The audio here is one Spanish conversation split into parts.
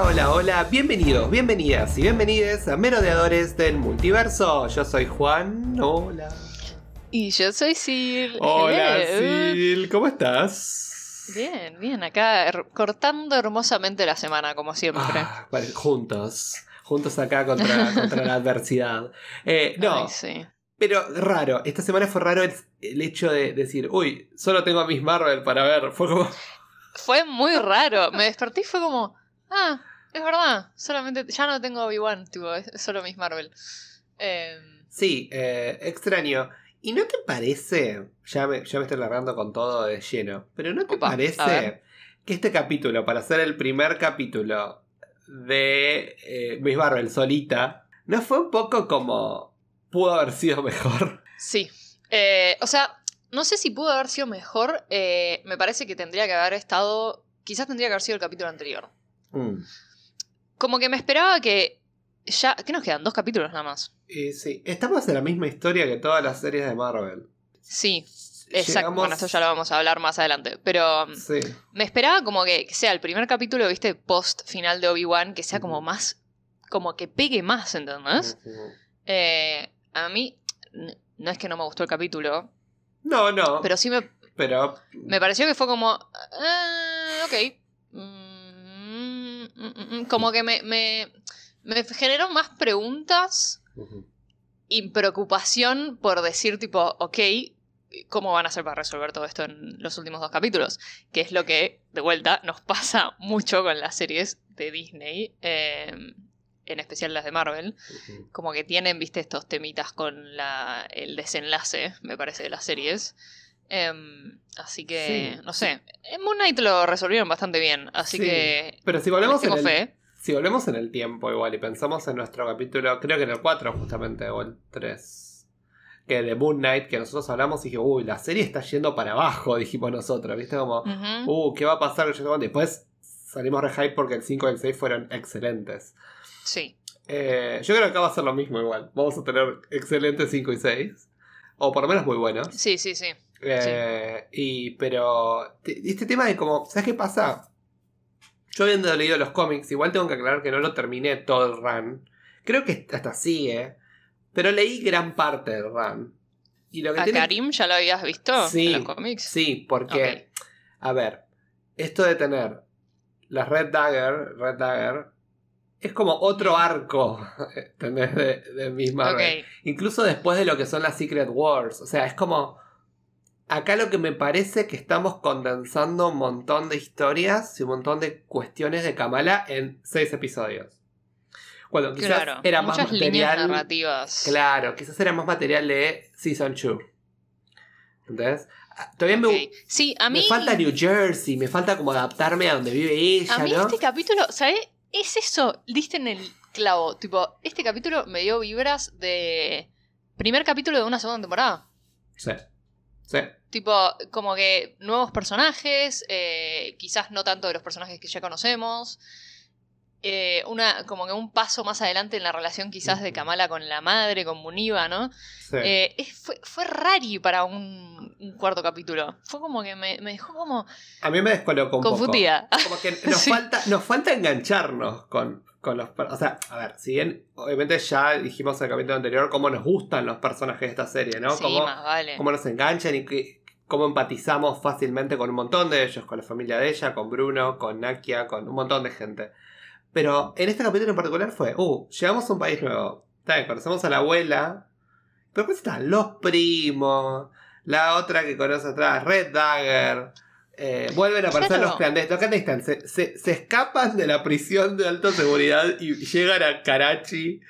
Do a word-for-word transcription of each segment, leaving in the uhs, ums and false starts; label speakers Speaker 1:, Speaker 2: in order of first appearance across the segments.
Speaker 1: hola, hola, bienvenidos, bienvenidas y bienvenides a Merodeadores del Multiverso. Yo soy Juan, hola.
Speaker 2: Y yo soy Sil.
Speaker 1: Hola,
Speaker 2: Hello.
Speaker 1: Sil, ¿cómo estás?
Speaker 2: Bien, bien, acá her- cortando hermosamente la semana, como siempre.
Speaker 1: Ah, vale, juntos, juntos acá contra, contra la adversidad. Eh, no,
Speaker 2: Ay, sí.
Speaker 1: pero raro, esta semana fue raro el, el hecho de decir, uy, solo tengo a Miss Marvel para ver. Fue como...
Speaker 2: Fue muy raro. Me desperté y fue como, ah, es verdad, solamente, ya no tengo Obi-Wan, tipo, es, es solo Miss Marvel. Eh,
Speaker 1: Sí, eh, extraño. ¿Y no te parece, ya me, ya me estoy largando con todo de lleno, pero no te
Speaker 2: opa, a ver.
Speaker 1: parece que este capítulo, para ser el primer capítulo de eh, Miss Marvel solita, no fue un poco como pudo haber sido mejor?
Speaker 2: Sí. Eh, o sea, no sé si pudo haber sido mejor. eh, me parece que tendría que haber estado. Quizás tendría que haber sido el capítulo anterior.
Speaker 1: Mm.
Speaker 2: Como que me esperaba que. Ya. ¿Qué nos quedan? Dos capítulos nada más.
Speaker 1: Y sí, estamos en la misma historia que todas las series de Marvel.
Speaker 2: Sí. Exacto.
Speaker 1: Llegamos...
Speaker 2: Bueno, esto ya lo vamos a hablar más adelante. Pero. um,
Speaker 1: Sí.
Speaker 2: Me esperaba como que, que sea el primer capítulo, viste, post final de Obi-Wan, que sea como
Speaker 1: Ujú.
Speaker 2: más. Como que pegue más, ¿entendés?
Speaker 1: Ujú.
Speaker 2: Eh, a mí. n- No es que no me gustó el capítulo.
Speaker 1: No, no,
Speaker 2: Pero sí me.
Speaker 1: pero...
Speaker 2: Me pareció que fue como. Ah, ok. Mm, mm, mm, mm, como que me, me, me generó más preguntas
Speaker 1: Ujú.
Speaker 2: y preocupación por decir, tipo, ok, ¿cómo van a hacer para resolver todo esto en los últimos dos capítulos? Que es lo que, de vuelta, nos pasa mucho con las series de Disney, eh, en especial las de Marvel.
Speaker 1: Ujú.
Speaker 2: Como que tienen, viste, estos temitas con la, el desenlace, me parece, de las series. Em, así que,
Speaker 1: Sí,
Speaker 2: no
Speaker 1: sí.
Speaker 2: sé. En Moon Knight lo resolvieron bastante bien, así
Speaker 1: Sí,
Speaker 2: que
Speaker 1: pero si
Speaker 2: les
Speaker 1: volvemos en
Speaker 2: tengo
Speaker 1: el,
Speaker 2: fe.
Speaker 1: si volvemos en el tiempo igual y pensamos en nuestro capítulo, creo que en el cuatro justamente, o el tres, que de Moon Knight, que nosotros hablamos y dije, uy, la serie está yendo para abajo, dijimos nosotros, ¿viste? Como,
Speaker 2: Ujú.
Speaker 1: uh, ¿qué va a pasar? Después salimos re hype porque el cinco y el seis fueron excelentes.
Speaker 2: Sí.
Speaker 1: Eh, yo creo que acá va a ser lo mismo igual. Vamos a tener excelentes cinco y seis, o por lo menos muy buenos.
Speaker 2: Sí, sí, sí.
Speaker 1: Eh, y, pero te- este tema de como, ¿sabes qué pasa? Yo habiendo leído los cómics, igual tengo que aclarar que no lo terminé todo el run. Creo que hasta sigue, pero leí gran parte del run. Y lo que
Speaker 2: ¿A
Speaker 1: tiene...
Speaker 2: Karim ya lo habías visto en los
Speaker 1: Sí,
Speaker 2: cómics?
Speaker 1: sí, porque,
Speaker 2: Ok.
Speaker 1: a ver, esto de tener las Red Dagger, Red Dagger, es como otro arco, ¿entendés? De, de Miss Marvel.
Speaker 2: Ok.
Speaker 1: Incluso después de lo que son las Secret Wars. O sea, es como... Acá lo que me parece que estamos condensando un montón de historias y un montón de cuestiones de Kamala en seis episodios. Bueno, quizás
Speaker 2: Claro.
Speaker 1: era más
Speaker 2: Muchas líneas
Speaker 1: material...
Speaker 2: narrativas.
Speaker 1: Claro, quizás era más material de Season dos. ¿Entendés? Ah, Todavía
Speaker 2: Ok.
Speaker 1: me,
Speaker 2: Sí, a
Speaker 1: me
Speaker 2: mí.
Speaker 1: falta New Jersey, me falta como adaptarme a donde vive ella,
Speaker 2: A mí
Speaker 1: ¿no?
Speaker 2: este capítulo, ¿sabes? Es eso, diste en el clavo. Tipo, este capítulo me dio vibras de. Primer capítulo de una segunda temporada.
Speaker 1: Sí, sí.
Speaker 2: Tipo, como que nuevos personajes, eh, quizás no tanto de los personajes que ya conocemos. Eh, una, como que un paso más adelante en la relación quizás de Kamala con la madre, con Muniva, ¿no?
Speaker 1: Sí.
Speaker 2: Eh, es- fue, fue rari para un, un cuarto capítulo. Fue como que me, me dejó como
Speaker 1: A mí me descolocó un
Speaker 2: confundida.
Speaker 1: poco. Como que nos,
Speaker 2: Sí.
Speaker 1: falta, nos falta engancharnos con, con los... per- O sea, a ver, si bien obviamente ya dijimos en el capítulo anterior cómo nos gustan los personajes de esta serie, ¿no?
Speaker 2: Sí,
Speaker 1: Cómo,
Speaker 2: más vale.
Speaker 1: cómo nos enganchan y que, cómo empatizamos fácilmente con un montón de ellos, con la familia de ella, con Bruno, con Nakia, con un montón de gente. Pero en este capítulo en particular fue, uh, llegamos a un país nuevo. Está bien, conocemos a la abuela, pero después están los primos, la otra que conoce atrás, Red Dagger. Eh, vuelven a aparecer
Speaker 2: Claro.
Speaker 1: los clandestinos. Los clandestinos se, se, se escapan de la prisión de alta seguridad y llegan a Karachi.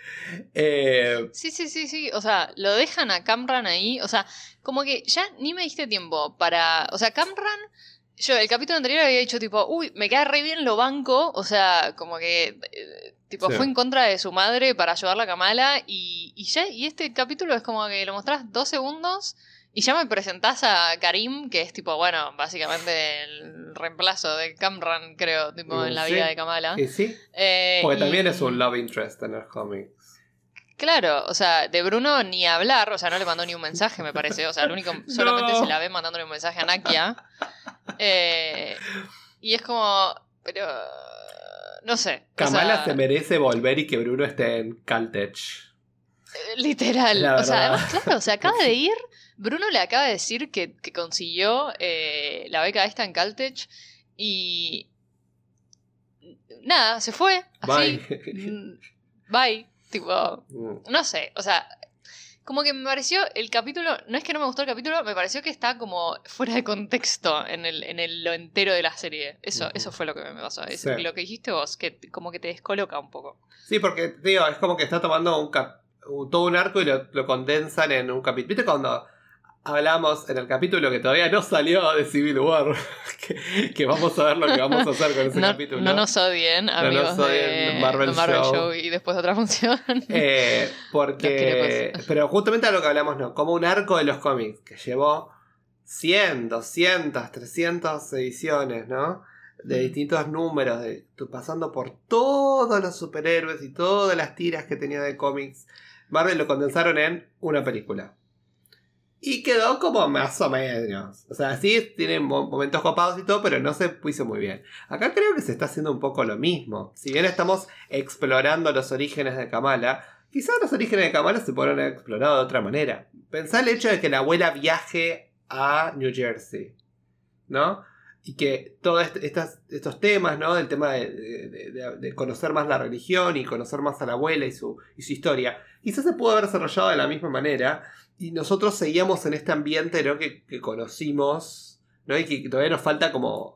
Speaker 1: Eh,
Speaker 2: Sí, sí, sí, sí. O sea, lo dejan a Camran ahí. O sea, como que ya ni me diste tiempo para. O sea, Camran. Yo el capítulo anterior había dicho tipo, uy, me queda re bien lo banco. O sea, como que. eh, tipo,
Speaker 1: Sí.
Speaker 2: fue en contra de su madre para ayudarla a Kamala. Y, y ya, y este capítulo es como que lo mostrás dos segundos. Y ya me presentás a Karim, que es tipo, bueno, básicamente el reemplazo de Camran, creo, tipo, en la
Speaker 1: sí,
Speaker 2: vida de Kamala.
Speaker 1: y sí,
Speaker 2: Eh,
Speaker 1: porque
Speaker 2: y-
Speaker 1: también es un love interest en el cómic.
Speaker 2: Claro, o sea, de Bruno ni hablar, o sea, no le mandó ni un mensaje, me parece. O sea, lo único, solamente
Speaker 1: No.
Speaker 2: se la ve mandándole un mensaje a Nakia. Eh, y es como, pero. no sé.
Speaker 1: Kamala
Speaker 2: o sea,
Speaker 1: se merece volver y que Bruno esté en Caltech.
Speaker 2: Literal.
Speaker 1: La
Speaker 2: O sea,
Speaker 1: verdad.
Speaker 2: además, claro, o sea, acaba de ir. Bruno le acaba de decir que, que consiguió eh, la beca esta en Caltech. Y. Nada, se fue. Así.
Speaker 1: Bye.
Speaker 2: Mm, Bye. Tipo.
Speaker 1: Mm.
Speaker 2: No sé. O sea. Como que me pareció el capítulo. No es que no me gustó el capítulo, me pareció que está como fuera de contexto en el, en el lo entero de la serie. Eso,
Speaker 1: Ujú.
Speaker 2: eso fue lo que me pasó. Es
Speaker 1: Sí.
Speaker 2: lo que dijiste vos, que t- como que te descoloca un poco.
Speaker 1: Sí, porque, digo, es como que está tomando un cap un- todo un arco y lo, lo condensan en un capítulo. ¿Viste cuando hablamos en el capítulo que todavía no salió de Civil War? que, que vamos a ver lo que vamos a hacer con ese
Speaker 2: No,
Speaker 1: capítulo.
Speaker 2: no nos odien,
Speaker 1: No
Speaker 2: amigos
Speaker 1: nos odien,
Speaker 2: de
Speaker 1: Marvel
Speaker 2: de Marvel
Speaker 1: Show.
Speaker 2: Show. Y después de otra función.
Speaker 1: Eh, porque.
Speaker 2: Los
Speaker 1: Pero justamente a lo que hablamos, no. Como un arco de los cómics que llevó cien, doscientas, trescientas ediciones, ¿no? De
Speaker 2: Mm.
Speaker 1: distintos números, de, tu- pasando por todos los superhéroes y todas las tiras que tenía de cómics. Marvel lo condensaron en una película. Y quedó como más o menos. O sea, sí tiene mo- momentos copados y todo, pero no se hizo muy bien. Acá creo que se está haciendo un poco lo mismo. Si bien estamos explorando los orígenes de Kamala, quizás los orígenes de Kamala se podrían haber explorado de otra manera. Pensá el hecho de que la abuela viaje a New Jersey, ¿no? Y que todos est- estas- estos temas, ¿no? Del tema de, de- de- de conocer más la religión y conocer más a la abuela y su, y su historia, quizás se pudo haber desarrollado de la misma manera. Y nosotros seguíamos en este ambiente, ¿no? que, que conocimos, ¿no? Y que todavía nos falta como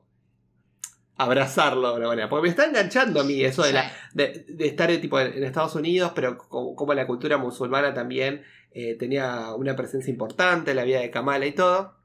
Speaker 1: abrazarlo de alguna manera. Porque me está enganchando a mí eso de,
Speaker 2: Sí.
Speaker 1: la, de, de estar tipo, en, en Estados Unidos, pero como, como la cultura musulmana también eh, tenía una presencia importante en la vida de Kamala y todo.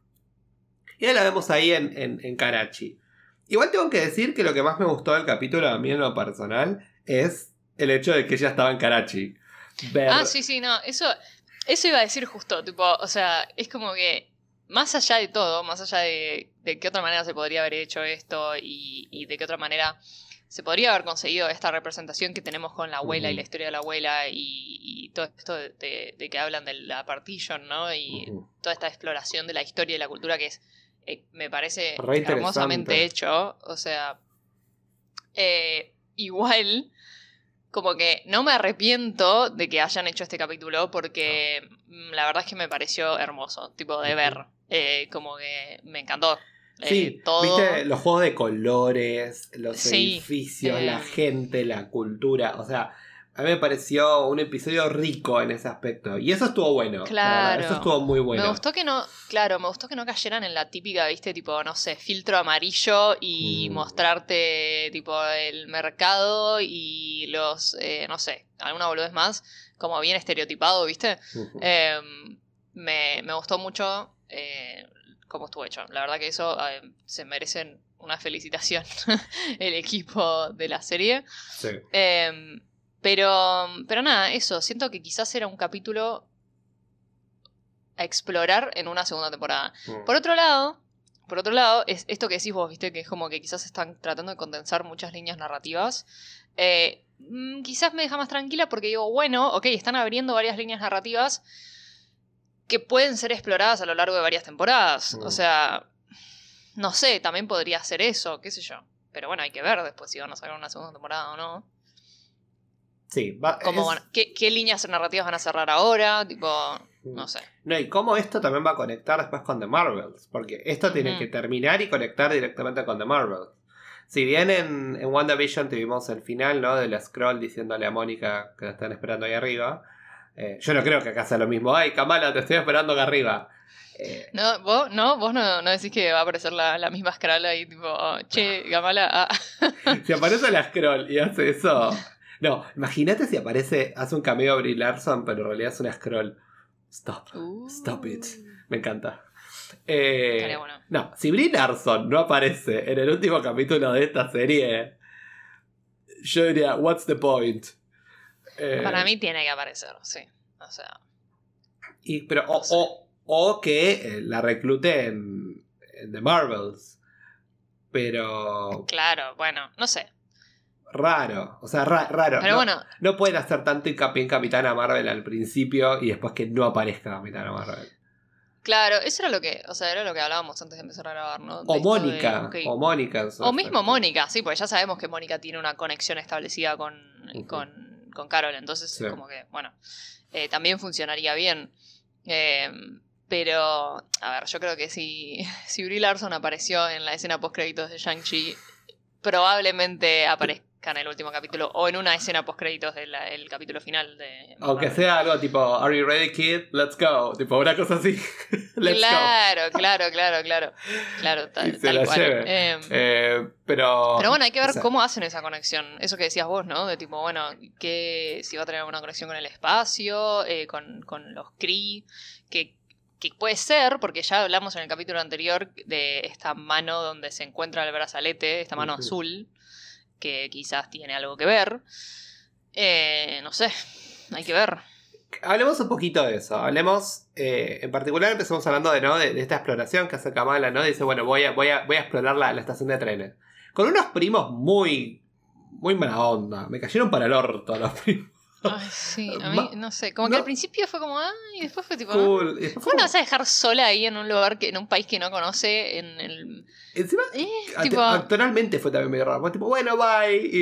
Speaker 1: Y ahora la vemos ahí en, en, en Karachi. Igual tengo que decir que lo que más me gustó del capítulo, a mí en lo personal, es el hecho de que ella estaba en Karachi. Ver...
Speaker 2: Ah, sí, sí, no. Eso, eso iba a decir justo. Tipo, o sea, es como que más allá de todo, más allá de, de qué otra manera se podría haber hecho esto y, y de qué otra manera se podría haber conseguido esta representación que tenemos con la abuela
Speaker 1: Ujú.
Speaker 2: y la historia de la abuela y, y todo esto de, de- de que hablan de la partition, ¿no? Y
Speaker 1: Ujú.
Speaker 2: toda esta exploración de la historia y la cultura que es, eh, me parece
Speaker 1: Re interesante.
Speaker 2: hermosamente hecho. O sea, eh, igual, como que no me arrepiento de que hayan hecho este capítulo porque mm, la verdad es que me pareció hermoso, tipo de
Speaker 1: Ujú.
Speaker 2: ver. Eh, como que me encantó. Eh,
Speaker 1: Sí,
Speaker 2: todo.
Speaker 1: viste los juegos de colores, los
Speaker 2: Sí,
Speaker 1: edificios,
Speaker 2: eh,
Speaker 1: la gente, la cultura. O sea, a mí me pareció un episodio rico en ese aspecto. Y eso estuvo bueno. la verdad,
Speaker 2: Claro.
Speaker 1: eso estuvo muy bueno.
Speaker 2: Me gustó que no, claro, me gustó que no cayeran en la típica, viste, tipo, no sé, filtro amarillo y
Speaker 1: Mm.
Speaker 2: mostrarte, tipo, el mercado y los, eh, no sé, alguna boludez más, como bien estereotipado, viste.
Speaker 1: Ujú.
Speaker 2: Eh, me, me gustó mucho eh, cómo estuvo hecho. La verdad que eso eh, se merecen una felicitación el equipo de la serie.
Speaker 1: Sí.
Speaker 2: Eh, pero, pero nada, eso. Siento que quizás era un capítulo a explorar en una segunda temporada.
Speaker 1: Mm.
Speaker 2: Por otro lado, por otro lado, es esto que decís vos, viste, que es como que quizás están tratando de condensar muchas líneas narrativas. Eh, mm, quizás me deja más tranquila porque digo, bueno, ok, están abriendo varias líneas narrativas que pueden ser exploradas a lo largo de varias temporadas.
Speaker 1: Mm.
Speaker 2: O sea, no sé, también podría ser eso, qué sé yo. Pero bueno, hay que ver después si van a sacar una segunda temporada o no.
Speaker 1: Sí, va-
Speaker 2: ¿Cómo
Speaker 1: es-
Speaker 2: van- qué, qué líneas narrativas van a cerrar ahora? Tipo, no sé.
Speaker 1: No, y cómo esto también va a conectar después con The Marvels. Porque esto tiene
Speaker 2: Ujú.
Speaker 1: que terminar y conectar directamente con The Marvels. Si bien en, en WandaVision tuvimos el final, ¿no? De la Skrull diciéndole a Mónica que la están esperando ahí arriba. Eh, yo no creo que acá sea lo mismo. Ay, Kamala, te estoy esperando acá arriba. Eh,
Speaker 2: No, vos no, vos no, no decís que va a aparecer la, la misma Skrull ahí, tipo, che, Gamala, ah.
Speaker 1: si aparece la Skrull y hace eso. No, imagínate si aparece, hace un cameo Brie Larson, pero en realidad es una Skrull. Stop.
Speaker 2: Uh.
Speaker 1: Stop it. Me encanta. Eh,
Speaker 2: Estaría bueno.
Speaker 1: No, si Brie Larson no aparece en el último capítulo de esta serie, yo diría, what's the point? Eh,
Speaker 2: Para mí tiene que aparecer, sí. O sea,
Speaker 1: y, pero, o,
Speaker 2: no sé.
Speaker 1: o, o que eh, la reclute en, en The Marvels. Pero
Speaker 2: claro, bueno, no sé.
Speaker 1: raro. O sea, ra- raro.
Speaker 2: Pero
Speaker 1: no,
Speaker 2: bueno,
Speaker 1: no pueden hacer tanto hincapié en Capitana Marvel al principio y después que no aparezca Capitana Marvel.
Speaker 2: Claro, eso era lo que, o sea, era lo que hablábamos antes de empezar a grabar, ¿no? De
Speaker 1: O
Speaker 2: esto
Speaker 1: Mónica,
Speaker 2: de, okay,
Speaker 1: o Mónica. en su
Speaker 2: o mismo
Speaker 1: efecto.
Speaker 2: Mónica, sí, porque ya sabemos que Mónica tiene una conexión establecida con,
Speaker 1: Ujú.
Speaker 2: con, con Carol, entonces
Speaker 1: Sí.
Speaker 2: como que, bueno, eh, también funcionaría bien. Eh, pero, a ver, yo creo que si, si Brie Larson apareció en la escena post-créditos de Shang-Chi, probablemente aparezca en el último capítulo o en una escena post-créditos del el capítulo final de...
Speaker 1: Aunque
Speaker 2: Marvel.
Speaker 1: sea algo tipo, Are you ready, kid? Let's go. Tipo una cosa así. Let's
Speaker 2: claro, claro, claro, claro. Claro,
Speaker 1: go.
Speaker 2: tal,
Speaker 1: Y se
Speaker 2: tal
Speaker 1: la
Speaker 2: cual.
Speaker 1: lleve.
Speaker 2: Eh,
Speaker 1: Eh, pero.
Speaker 2: pero bueno, hay que ver
Speaker 1: o sea,
Speaker 2: cómo hacen esa conexión. Eso que decías vos, ¿no? De tipo, bueno, que si va a tener alguna conexión con el espacio, eh, con, con los Kree, que, que puede ser, porque ya hablamos en el capítulo anterior de esta mano donde se encuentra el brazalete, esta mano
Speaker 1: Ujú.
Speaker 2: azul, que quizás tiene algo que ver. Eh, no sé, hay que ver.
Speaker 1: Hablemos un poquito de eso. Hablemos, eh, en particular empezamos hablando de, ¿no? de, de esta exploración que hace Kamala, ¿no? Dice, bueno, voy a, voy a, voy a explorar la, la estación de trenes. Con unos primos muy, muy mala onda. Me cayeron para el orto los primos.
Speaker 2: Ay, sí, a mí,
Speaker 1: Ma-
Speaker 2: no sé, como
Speaker 1: no.
Speaker 2: que al principio fue como, ah, y después fue tipo,
Speaker 1: Cool. Y después fue
Speaker 2: ¿cómo la
Speaker 1: como-
Speaker 2: vas a dejar sola ahí en un lugar, que en un país que no conoce? En el...
Speaker 1: Encima,
Speaker 2: Eh,
Speaker 1: act-
Speaker 2: tipo,
Speaker 1: actualmente fue también medio raro. Fue tipo, bueno, bye. Y,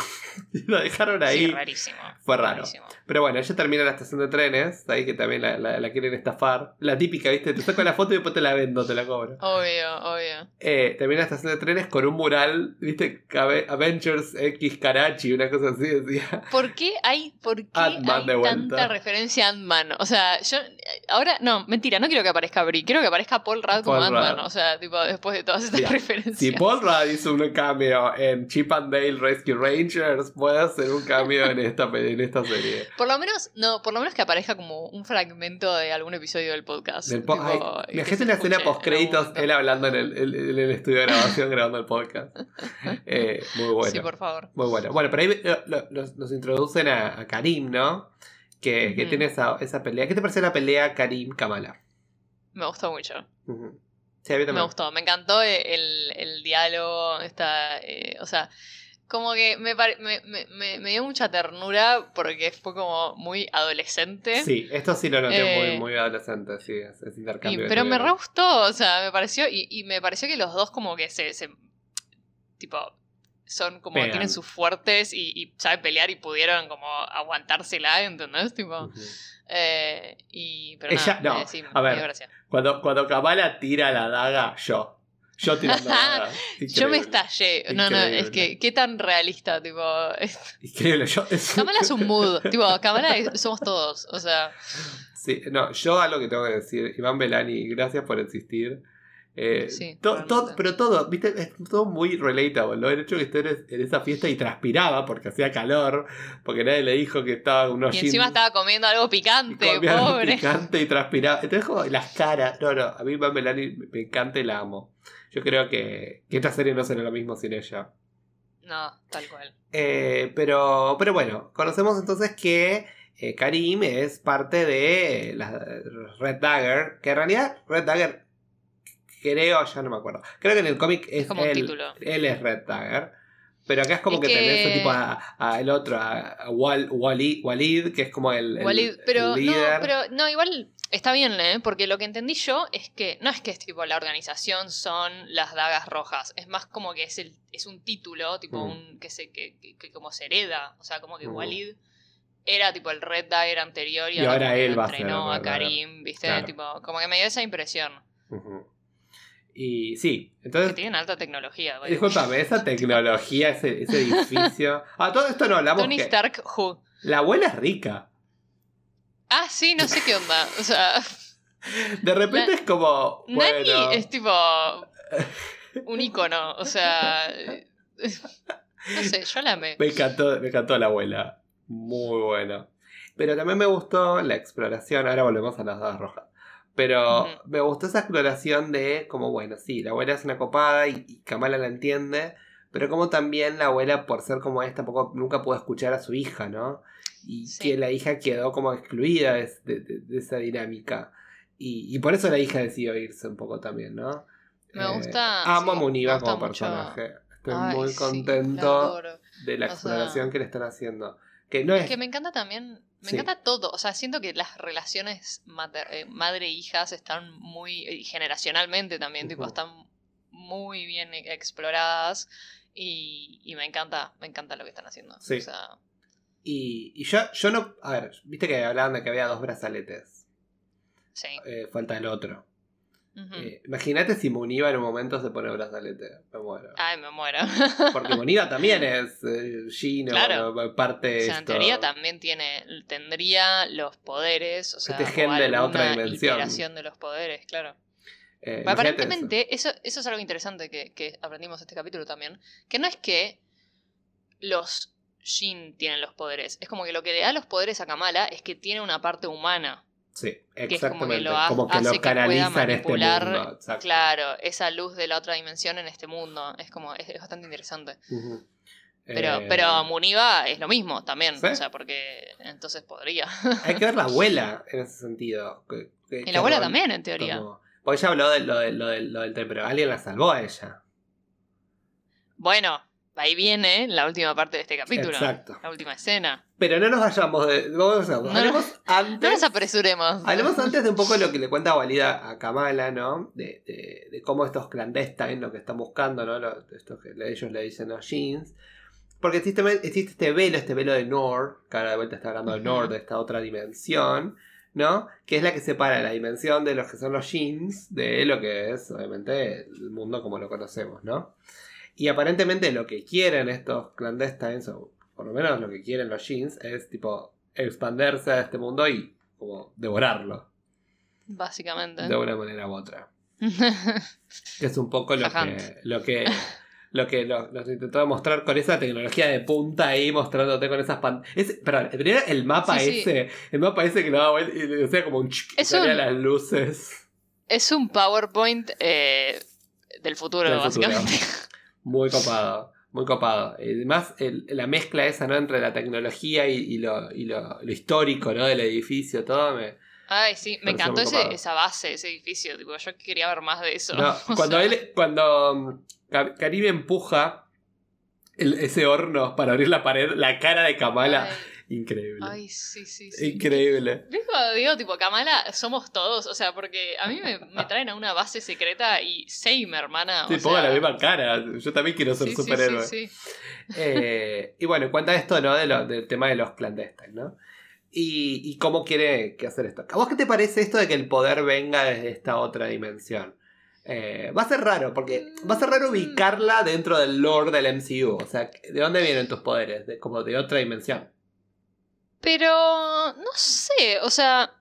Speaker 1: y lo dejaron ahí.
Speaker 2: sí, rarísimo.
Speaker 1: Fue raro.
Speaker 2: rarísimo.
Speaker 1: Pero bueno, ella termina en la estación de trenes, ahí que también la, la- la quieren estafar. La típica, ¿viste? Te saco la foto y después te la vendo, te la cobro.
Speaker 2: Obvio, obvio.
Speaker 1: Eh, termina en la estación de trenes con un mural, ¿viste? Ave- Avengers X Karachi, una cosa así decía.
Speaker 2: ¿Por qué hay, por qué
Speaker 1: Ant-Man
Speaker 2: hay
Speaker 1: de vuelta.
Speaker 2: tanta referencia a Ant-Man? O sea, yo ahora, no, mentira, no quiero que aparezca Brie, quiero que aparezca Paul Rudd como
Speaker 1: Paul
Speaker 2: Ant-Man.
Speaker 1: Rudd.
Speaker 2: O sea, tipo, después de todas estas
Speaker 1: Mira,
Speaker 2: referencias.
Speaker 1: Si Paul Rudd hizo un cameo en Chip and Dale Rescue Rangers, puede hacer un cameo en esta, en esta serie.
Speaker 2: Por lo menos, no, por lo menos que aparezca como un fragmento de algún episodio del podcast.
Speaker 1: Del po-
Speaker 2: tipo,
Speaker 1: Ay,
Speaker 2: que
Speaker 1: me
Speaker 2: se
Speaker 1: gente una escena
Speaker 2: escuche en
Speaker 1: post créditos,
Speaker 2: algún momento.
Speaker 1: él hablando en el, en- en el estudio de grabación grabando el podcast. Eh, muy bueno.
Speaker 2: Sí, por favor.
Speaker 1: Muy bueno. Bueno, pero ahí lo- lo- nos, nos introducen a, a Karim, ¿no? Que, que
Speaker 2: Ujú.
Speaker 1: tiene esa, esa pelea. ¿Qué te pareció la pelea Karim-Kamala?
Speaker 2: Me gustó mucho.
Speaker 1: Ujú. Sí, a mí
Speaker 2: Me
Speaker 1: también.
Speaker 2: gustó. Me encantó el, el diálogo. Esta, eh, o sea, como que me, pare- me, me, me- me dio mucha ternura porque fue como muy adolescente.
Speaker 1: Sí, esto sí lo noté
Speaker 2: Eh,
Speaker 1: muy, muy adolescente, sí, ese ese
Speaker 2: Y-
Speaker 1: intercambio. que
Speaker 2: pero me
Speaker 1: tuvieron.
Speaker 2: re gustó, o sea, me pareció. Y, y me pareció que los dos como que se. se tipo. Son como.
Speaker 1: Pegan.
Speaker 2: Tienen sus fuertes y, y saben pelear y pudieron como aguantársela, ¿entendés? Tipo.
Speaker 1: Ujú.
Speaker 2: Eh, y. Pero
Speaker 1: Ella-
Speaker 2: nada,
Speaker 1: no,
Speaker 2: eh, sí,
Speaker 1: a
Speaker 2: me
Speaker 1: ver.
Speaker 2: dio gracia.
Speaker 1: Cuando, cuando Kamala tira la daga, yo. Yo tirando la daga.
Speaker 2: Yo me
Speaker 1: Increíble.
Speaker 2: estallé. No, no,
Speaker 1: Increíble.
Speaker 2: es que. ¿Qué tan realista? Tipo.
Speaker 1: Increíble. Yo, es-
Speaker 2: Kamala es un mood. Tipo, Kamala es- somos todos. O sea.
Speaker 1: Sí, no, yo algo que tengo que decir, Iván Belani, gracias por existir. Eh,
Speaker 2: Sí,
Speaker 1: to-
Speaker 2: realmente.
Speaker 1: to- pero todo, viste, es todo muy relatable, ¿no? El hecho de que estés en esa fiesta y transpiraba porque hacía calor, porque nadie le dijo que estaba unos
Speaker 2: Y encima
Speaker 1: jeans
Speaker 2: estaba comiendo algo picante,
Speaker 1: y comía algo
Speaker 2: pobre.
Speaker 1: picante y transpiraba. Entonces, como las caras, no, no, a mí Iván Belani me encanta y la amo. Yo creo que, que esta serie no será lo mismo sin ella.
Speaker 2: No, tal cual.
Speaker 1: Eh, pero, pero bueno, conocemos entonces que eh, Karim es parte de la Red Dagger, que en realidad Red Dagger, creo, ya no me acuerdo, creo que en el cómic es,
Speaker 2: Es como un
Speaker 1: él,
Speaker 2: título.
Speaker 1: él es Red Dagger, pero acá es como
Speaker 2: Es
Speaker 1: que,
Speaker 2: que-
Speaker 1: tenés ese tipo a, a el otro, a, a Wal- Walid, Walid, que es como el, el-
Speaker 2: Walid, pero
Speaker 1: el
Speaker 2: no,
Speaker 1: líder.
Speaker 2: pero no, igual está bien, ¿eh? Porque lo que entendí yo es que no es que es tipo la organización son las dagas rojas, es más como que es el es un título, tipo
Speaker 1: Mm.
Speaker 2: un que se que, que, que como se hereda, o sea, como que
Speaker 1: Mm.
Speaker 2: Walid era tipo el Red Dagger anterior y,
Speaker 1: Y ahora
Speaker 2: como que
Speaker 1: él
Speaker 2: lo
Speaker 1: va a ser
Speaker 2: entrenó
Speaker 1: el
Speaker 2: a
Speaker 1: Red Dagger.
Speaker 2: Karim, ¿viste?
Speaker 1: Claro.
Speaker 2: Tipo, como que me dio esa impresión,
Speaker 1: Ujú. Y sí,
Speaker 2: que
Speaker 1: entonces
Speaker 2: tienen alta tecnología. by the way.
Speaker 1: discúlpame, esa tecnología, ese, ese edificio. Ah, todo esto no hablamos
Speaker 2: Tony
Speaker 1: que
Speaker 2: Stark Who.
Speaker 1: la abuela es rica.
Speaker 2: Ah, sí, no sé qué onda. O sea,
Speaker 1: De repente
Speaker 2: La-
Speaker 1: es como.
Speaker 2: Nani
Speaker 1: Bueno,
Speaker 2: es tipo un icono, o sea, no sé, yo la amé.
Speaker 1: me encantó, me encantó la abuela. Muy bueno. Pero también me gustó la exploración. Ahora volvemos a las dagas rojas. Pero
Speaker 2: Ujú.
Speaker 1: me gustó esa exploración de como, bueno, sí, la abuela es una copada y, y Kamala la entiende. Pero como también la abuela, por ser como es, tampoco nunca pudo escuchar a su hija, ¿no? Y
Speaker 2: Sí.
Speaker 1: que la hija quedó como excluida de, de- de- de esa dinámica. Y, y por eso la hija decidió irse un poco también, ¿no?
Speaker 2: Me gusta,
Speaker 1: Amo
Speaker 2: sí,
Speaker 1: a Muniva
Speaker 2: me gusta
Speaker 1: como
Speaker 2: mucho.
Speaker 1: personaje. Estoy
Speaker 2: Ay,
Speaker 1: muy
Speaker 2: sí,
Speaker 1: contento
Speaker 2: la adoro.
Speaker 1: de la
Speaker 2: O
Speaker 1: exploración
Speaker 2: sea,
Speaker 1: que le están haciendo. Que no es...
Speaker 2: es que me encanta también, me
Speaker 1: Sí.
Speaker 2: encanta todo. O sea, siento que las relaciones mater- eh, madre e hijas están muy, y generacionalmente también, tipo,
Speaker 1: Ujú.
Speaker 2: están muy bien e- exploradas. Y, y me encanta, me encanta lo que están haciendo.
Speaker 1: Sí.
Speaker 2: O sea,
Speaker 1: Y, y yo, yo no... A ver, viste que hablaban de que había dos brazaletes.
Speaker 2: sí.
Speaker 1: Eh, falta el otro.
Speaker 2: Ujú.
Speaker 1: Eh, Imagínate si Muniva en un momento se pone brazalete. Me muero.
Speaker 2: Ay, me muero.
Speaker 1: Porque Muniva también es eh, Gino,
Speaker 2: Claro.
Speaker 1: bueno, parte
Speaker 2: O
Speaker 1: de
Speaker 2: sea, en
Speaker 1: esto.
Speaker 2: teoría también tiene, tendría los poderes, o
Speaker 1: Este
Speaker 2: sea, o
Speaker 1: gen de la otra
Speaker 2: alguna
Speaker 1: dimensión.
Speaker 2: iteración de los poderes, claro.
Speaker 1: Eh,
Speaker 2: Pero
Speaker 1: imagínate
Speaker 2: aparentemente, eso. Eso, es algo interesante que, que aprendimos en este capítulo también, que no es que los Jin tienen los poderes, es como que lo que le da los poderes a Kamala es que tiene una parte humana,
Speaker 1: Sí,
Speaker 2: que es como que
Speaker 1: exactamente.
Speaker 2: lo ha-
Speaker 1: Como que
Speaker 2: hace
Speaker 1: lo
Speaker 2: que pueda
Speaker 1: canaliza en este
Speaker 2: manipular,
Speaker 1: mundo. Exacto.
Speaker 2: claro, esa luz de la otra dimensión en este mundo. Es como, es, es bastante interesante.
Speaker 1: Ujú.
Speaker 2: Pero,
Speaker 1: Eh,
Speaker 2: pero Muniva es lo mismo también,
Speaker 1: ¿sí?
Speaker 2: o sea, porque entonces podría.
Speaker 1: Hay que ver la abuela en ese sentido. Que, que-
Speaker 2: Y
Speaker 1: que
Speaker 2: la abuela
Speaker 1: rol-
Speaker 2: también, en teoría.
Speaker 1: como- Porque ella habló de lo, de, lo, de, lo del tren, pero alguien la salvó a ella.
Speaker 2: Bueno, ahí viene la última parte de este capítulo.
Speaker 1: Exacto.
Speaker 2: La última escena.
Speaker 1: Pero no nos vayamos de. Vamos a,
Speaker 2: No.
Speaker 1: hablemos antes.
Speaker 2: No nos apresuremos.
Speaker 1: Hablemos antes de un poco de lo que le cuenta Walida a Kamala, ¿no? De, de, de cómo estos clandestines, lo que están buscando, ¿no? Lo, esto que ellos le dicen los jeans. Porque existe, existe este velo, este velo de Nor, que ahora de vuelta está hablando de Nor, de esta otra dimensión, ¿no? Que es la que separa la dimensión de los que son los jeans de lo que es, obviamente, el mundo como lo conocemos, ¿no? Y aparentemente lo que quieren estos clandestines, o por lo menos lo que quieren los jeans, es tipo expandirse a este mundo y como devorarlo.
Speaker 2: Básicamente.
Speaker 1: De una manera u otra. Que es un poco lo que, lo que lo que lo- nos intentó mostrar con esa tecnología de punta ahí, mostrándote con esas pantallas. Perdón, primero el mapa
Speaker 2: Sí, sí.
Speaker 1: ese, el mapa ese que lo daba vuelta y le hacía como un ch-
Speaker 2: Es
Speaker 1: salía
Speaker 2: un-
Speaker 1: las luces.
Speaker 2: Es un PowerPoint eh, del futuro,
Speaker 1: Del futuro.
Speaker 2: básicamente.
Speaker 1: Muy copado, muy copado. Y además, el- la mezcla esa, ¿no? Entre la tecnología y, y, lo, y lo, lo histórico, ¿no? Del edificio, todo me.
Speaker 2: Ay, sí, me
Speaker 1: Pareció
Speaker 2: encantó
Speaker 1: muy
Speaker 2: ese,
Speaker 1: copado.
Speaker 2: esa base, ese edificio. Tipo, yo quería ver más de eso.
Speaker 1: No,
Speaker 2: O
Speaker 1: cuando
Speaker 2: sea,
Speaker 1: él, cuando um, Ka- Karim empuja el- ese horno para abrir la pared, la cara de Kamala,
Speaker 2: Ay,
Speaker 1: increíble.
Speaker 2: ay, sí, sí, sí.
Speaker 1: Increíble.
Speaker 2: ¿Ves cuando digo, tipo, Kamala, somos todos? O sea, porque a mí me, me traen a una base secreta y same, hermana.
Speaker 1: Sí,
Speaker 2: o
Speaker 1: ponga
Speaker 2: sea,
Speaker 1: la misma cara. Yo también quiero ser
Speaker 2: sí, sí,
Speaker 1: superhéroe.
Speaker 2: sí, sí.
Speaker 1: Eh, y bueno, cuenta esto, ¿no? De lo- del tema de los clandestines, ¿no? Y, y cómo quiere que hacer esto. ¿A vos qué te parece esto de que el poder venga desde esta otra dimensión? Eh, va a ser raro, porque va a ser raro ubicarla dentro del lore del M C U. O sea, ¿de dónde vienen tus poderes? De, como de otra dimensión.
Speaker 2: Pero, no sé, o sea,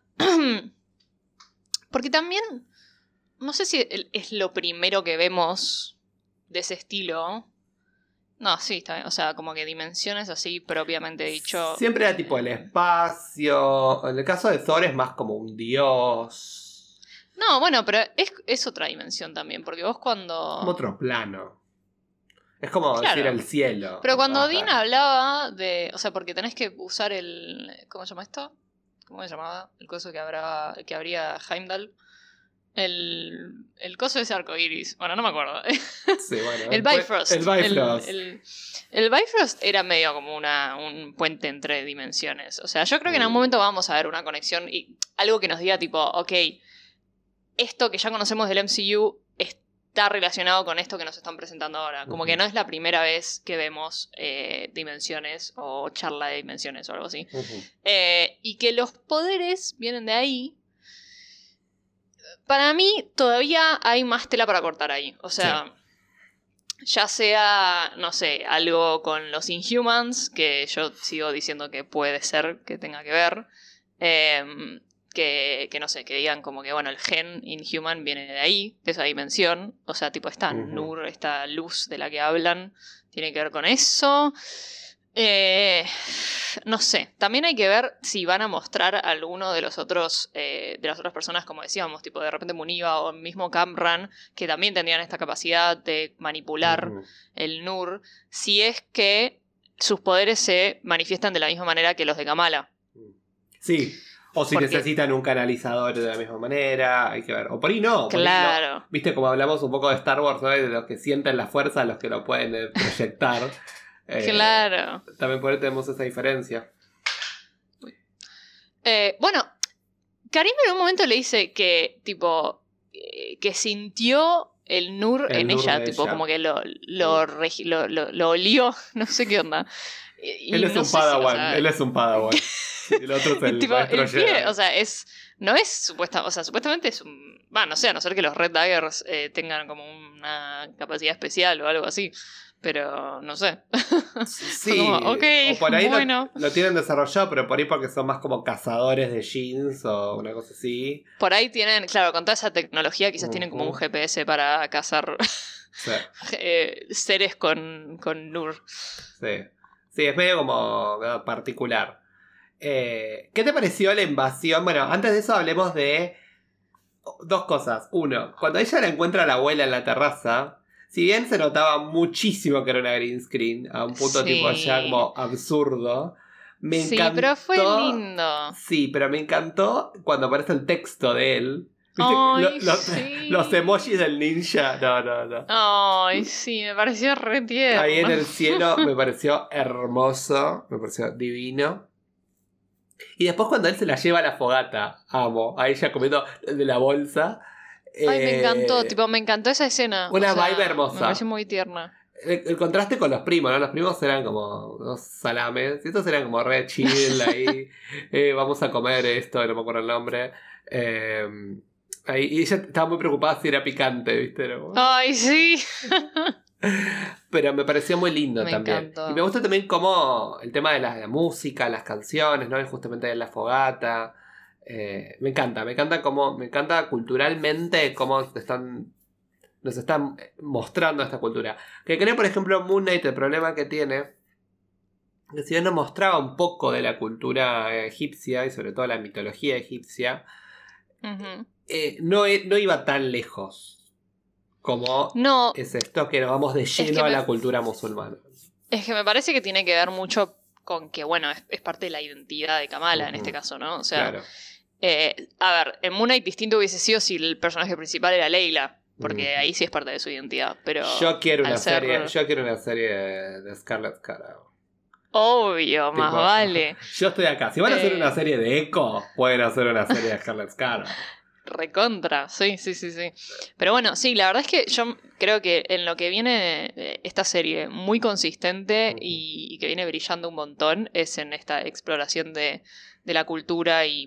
Speaker 2: porque también, no sé si el- es lo primero que vemos de ese estilo. No, sí, está bien, o sea, como que dimensiones así propiamente dicho.
Speaker 1: Siempre era tipo el espacio. En el caso de Thor es más como un dios.
Speaker 2: No, bueno, pero es, es otra dimensión también, porque vos cuando...
Speaker 1: Como otro plano. Es como
Speaker 2: Claro.
Speaker 1: decir el cielo.
Speaker 2: Pero cuando
Speaker 1: Ajá.
Speaker 2: Dean hablaba de... O sea, porque tenés que usar el... ¿Cómo se llama esto? ¿Cómo se llamaba? El coso que, habrá, que abría Heimdall. El, el coso de ese arcoiris. Bueno, no me acuerdo.
Speaker 1: Sí, bueno,
Speaker 2: El
Speaker 1: pues,
Speaker 2: Bifrost.
Speaker 1: El Bifrost.
Speaker 2: El, el, el Bifrost era medio como una, un puente entre dimensiones. O sea, yo creo que en algún
Speaker 1: Mm.
Speaker 2: momento vamos a ver una conexión y algo que nos diga tipo, ok, esto que ya conocemos del M C U está relacionado con esto que nos están presentando ahora. Como que
Speaker 1: Ujú.
Speaker 2: no es la primera vez que vemos eh, dimensiones o charla de dimensiones o algo así.
Speaker 1: Ujú.
Speaker 2: Eh, y que los poderes vienen de ahí. Para mí todavía hay más tela para cortar ahí. O sea, ya sea, no sé, algo con los Inhumans, que yo sigo diciendo que puede ser que tenga que ver. Eh, que, que no sé, que digan como que, bueno, el gen Inhuman viene de ahí, de esa dimensión. O sea, tipo esta
Speaker 1: Ujú.
Speaker 2: Nur, esta luz de la que hablan, tiene que ver con eso. Eh, no sé, también hay que ver si van a mostrar a alguno de los otros eh, de las otras personas, como decíamos, tipo de repente Muniva o mismo Camran, que también tendrían esta capacidad de manipular
Speaker 1: Ujú.
Speaker 2: el Nur, si es que sus poderes se manifiestan de la misma manera que los de Kamala.
Speaker 1: Sí. O si
Speaker 2: Porque-
Speaker 1: necesitan un canalizador de la misma manera, hay que ver. O por ahí no. Por ahí
Speaker 2: Claro.
Speaker 1: no. Viste como hablamos un poco de Star Wars, ¿no? De los que sienten la fuerza, los que lo pueden eh, proyectar. Eh,
Speaker 2: Claro.
Speaker 1: También por ahí tenemos esa diferencia.
Speaker 2: Eh, bueno, Karim en un momento le dice que, tipo, eh, que sintió el Nur
Speaker 1: El
Speaker 2: en
Speaker 1: Nur
Speaker 2: ella,
Speaker 1: de
Speaker 2: tipo,
Speaker 1: ella.
Speaker 2: como que lo, lo, regi- lo, lo- lo olió, no sé qué onda. Y- y
Speaker 1: Él es
Speaker 2: no
Speaker 1: un
Speaker 2: sé si, o
Speaker 1: Padawan,
Speaker 2: sea,
Speaker 1: él es un Padawan. Y el otro es el
Speaker 2: tipo,
Speaker 1: maestro
Speaker 2: el pibe,
Speaker 1: Jedi.
Speaker 2: o sea, es. No es supuesta, o sea, supuestamente es un. Va, no sé, a no ser que los Red Daggers eh, tengan como una capacidad especial o algo así. Pero no sé.
Speaker 1: Sí,
Speaker 2: como, ok,
Speaker 1: o por ahí lo-
Speaker 2: bueno.
Speaker 1: lo, tienen desarrollado, pero por ahí porque son más como cazadores de jeans o una cosa así.
Speaker 2: Por ahí tienen, claro, con toda esa tecnología quizás tienen como
Speaker 1: Ujú.
Speaker 2: un G P S para cazar
Speaker 1: Sí,
Speaker 2: eh, seres con, con Nur.
Speaker 1: sí. Sí, es medio como eh, particular. Eh, ¿Qué te pareció la invasión? Bueno, antes de eso hablemos de dos cosas. Uno, cuando ella la encuentra a la abuela en la terraza, si bien se notaba muchísimo que era una green screen, a un punto
Speaker 2: Sí.
Speaker 1: tipo ya como absurdo, me
Speaker 2: Sí,
Speaker 1: encantó.
Speaker 2: pero fue lindo.
Speaker 1: Sí, pero me encantó cuando aparece el texto de él. ¿Viste?
Speaker 2: Ay,
Speaker 1: Lo- lo-
Speaker 2: sí.
Speaker 1: Los emojis del ninja. No, no, no.
Speaker 2: Ay, sí, me pareció re tierno.
Speaker 1: Ahí en el cielo me pareció hermoso, me pareció divino. Y después cuando él se la lleva a la fogata, amo, a ella comiendo de la bolsa.
Speaker 2: Ay, me
Speaker 1: Eh,
Speaker 2: encantó, tipo, me encantó esa escena.
Speaker 1: una
Speaker 2: o sea,
Speaker 1: vibe hermosa.
Speaker 2: Me pareció muy tierna.
Speaker 1: El, el contraste con los primos, ¿no? Los primos eran como unos salames. Y estos eran como re chill ahí. eh, vamos a comer esto, no me acuerdo el nombre. Eh, ahí, y ella estaba muy preocupada si era picante, ¿viste? Era como-
Speaker 2: Ay, sí.
Speaker 1: Pero me pareció muy lindo
Speaker 2: Me
Speaker 1: también.
Speaker 2: encantó.
Speaker 1: Y me gusta también como el tema de la, de la música, las canciones, ¿no? Y justamente de la fogata. Eh, me encanta, me encanta cómo, me encanta culturalmente cómo te están, nos están mostrando esta cultura. Que creo, por ejemplo, Moon Knight, el problema que tiene, que si bien nos mostraba un poco de la cultura eh, egipcia y sobre todo la mitología egipcia,
Speaker 2: Ujú.
Speaker 1: eh, no, e- no iba tan lejos como
Speaker 2: No,
Speaker 1: es esto que nos vamos de lleno
Speaker 2: que
Speaker 1: a
Speaker 2: me-
Speaker 1: la cultura musulmana.
Speaker 2: es que me parece que tiene que ver mucho con que, bueno, es, es parte de la identidad de Kamala en
Speaker 1: Ujú.
Speaker 2: este caso, ¿no? O sea,
Speaker 1: Claro.
Speaker 2: eh, a ver, en Moon Knight distinto hubiese sido si el personaje principal era Leila, porque
Speaker 1: Ujú.
Speaker 2: ahí sí es parte de su identidad, pero
Speaker 1: Yo quiero una
Speaker 2: al ser-
Speaker 1: serie, yo quiero una serie de, de Scarlet Cara.
Speaker 2: obvio, más
Speaker 1: Tipo,
Speaker 2: vale.
Speaker 1: Yo estoy acá. Si van a hacer
Speaker 2: Eh.
Speaker 1: una serie de Echo, pueden hacer una serie de Scarlet Cara.
Speaker 2: Recontra, sí, sí, sí, sí. Pero bueno, sí, la verdad es que yo creo que en lo que viene eh, esta serie muy consistente y, y que viene brillando un montón es en esta exploración de, de la cultura y,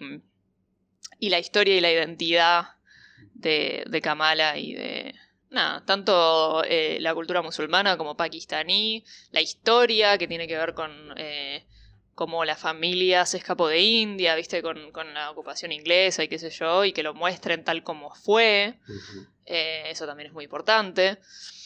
Speaker 2: y la historia y la identidad de, de Kamala y de... Nada, tanto eh, la cultura musulmana como pakistaní, la historia que tiene que ver con... Eh, cómo la familia se escapó de India, viste, con, con la ocupación inglesa y qué sé yo, y que lo muestren tal como fue.
Speaker 1: Ujú.
Speaker 2: Eh, eso también es muy importante.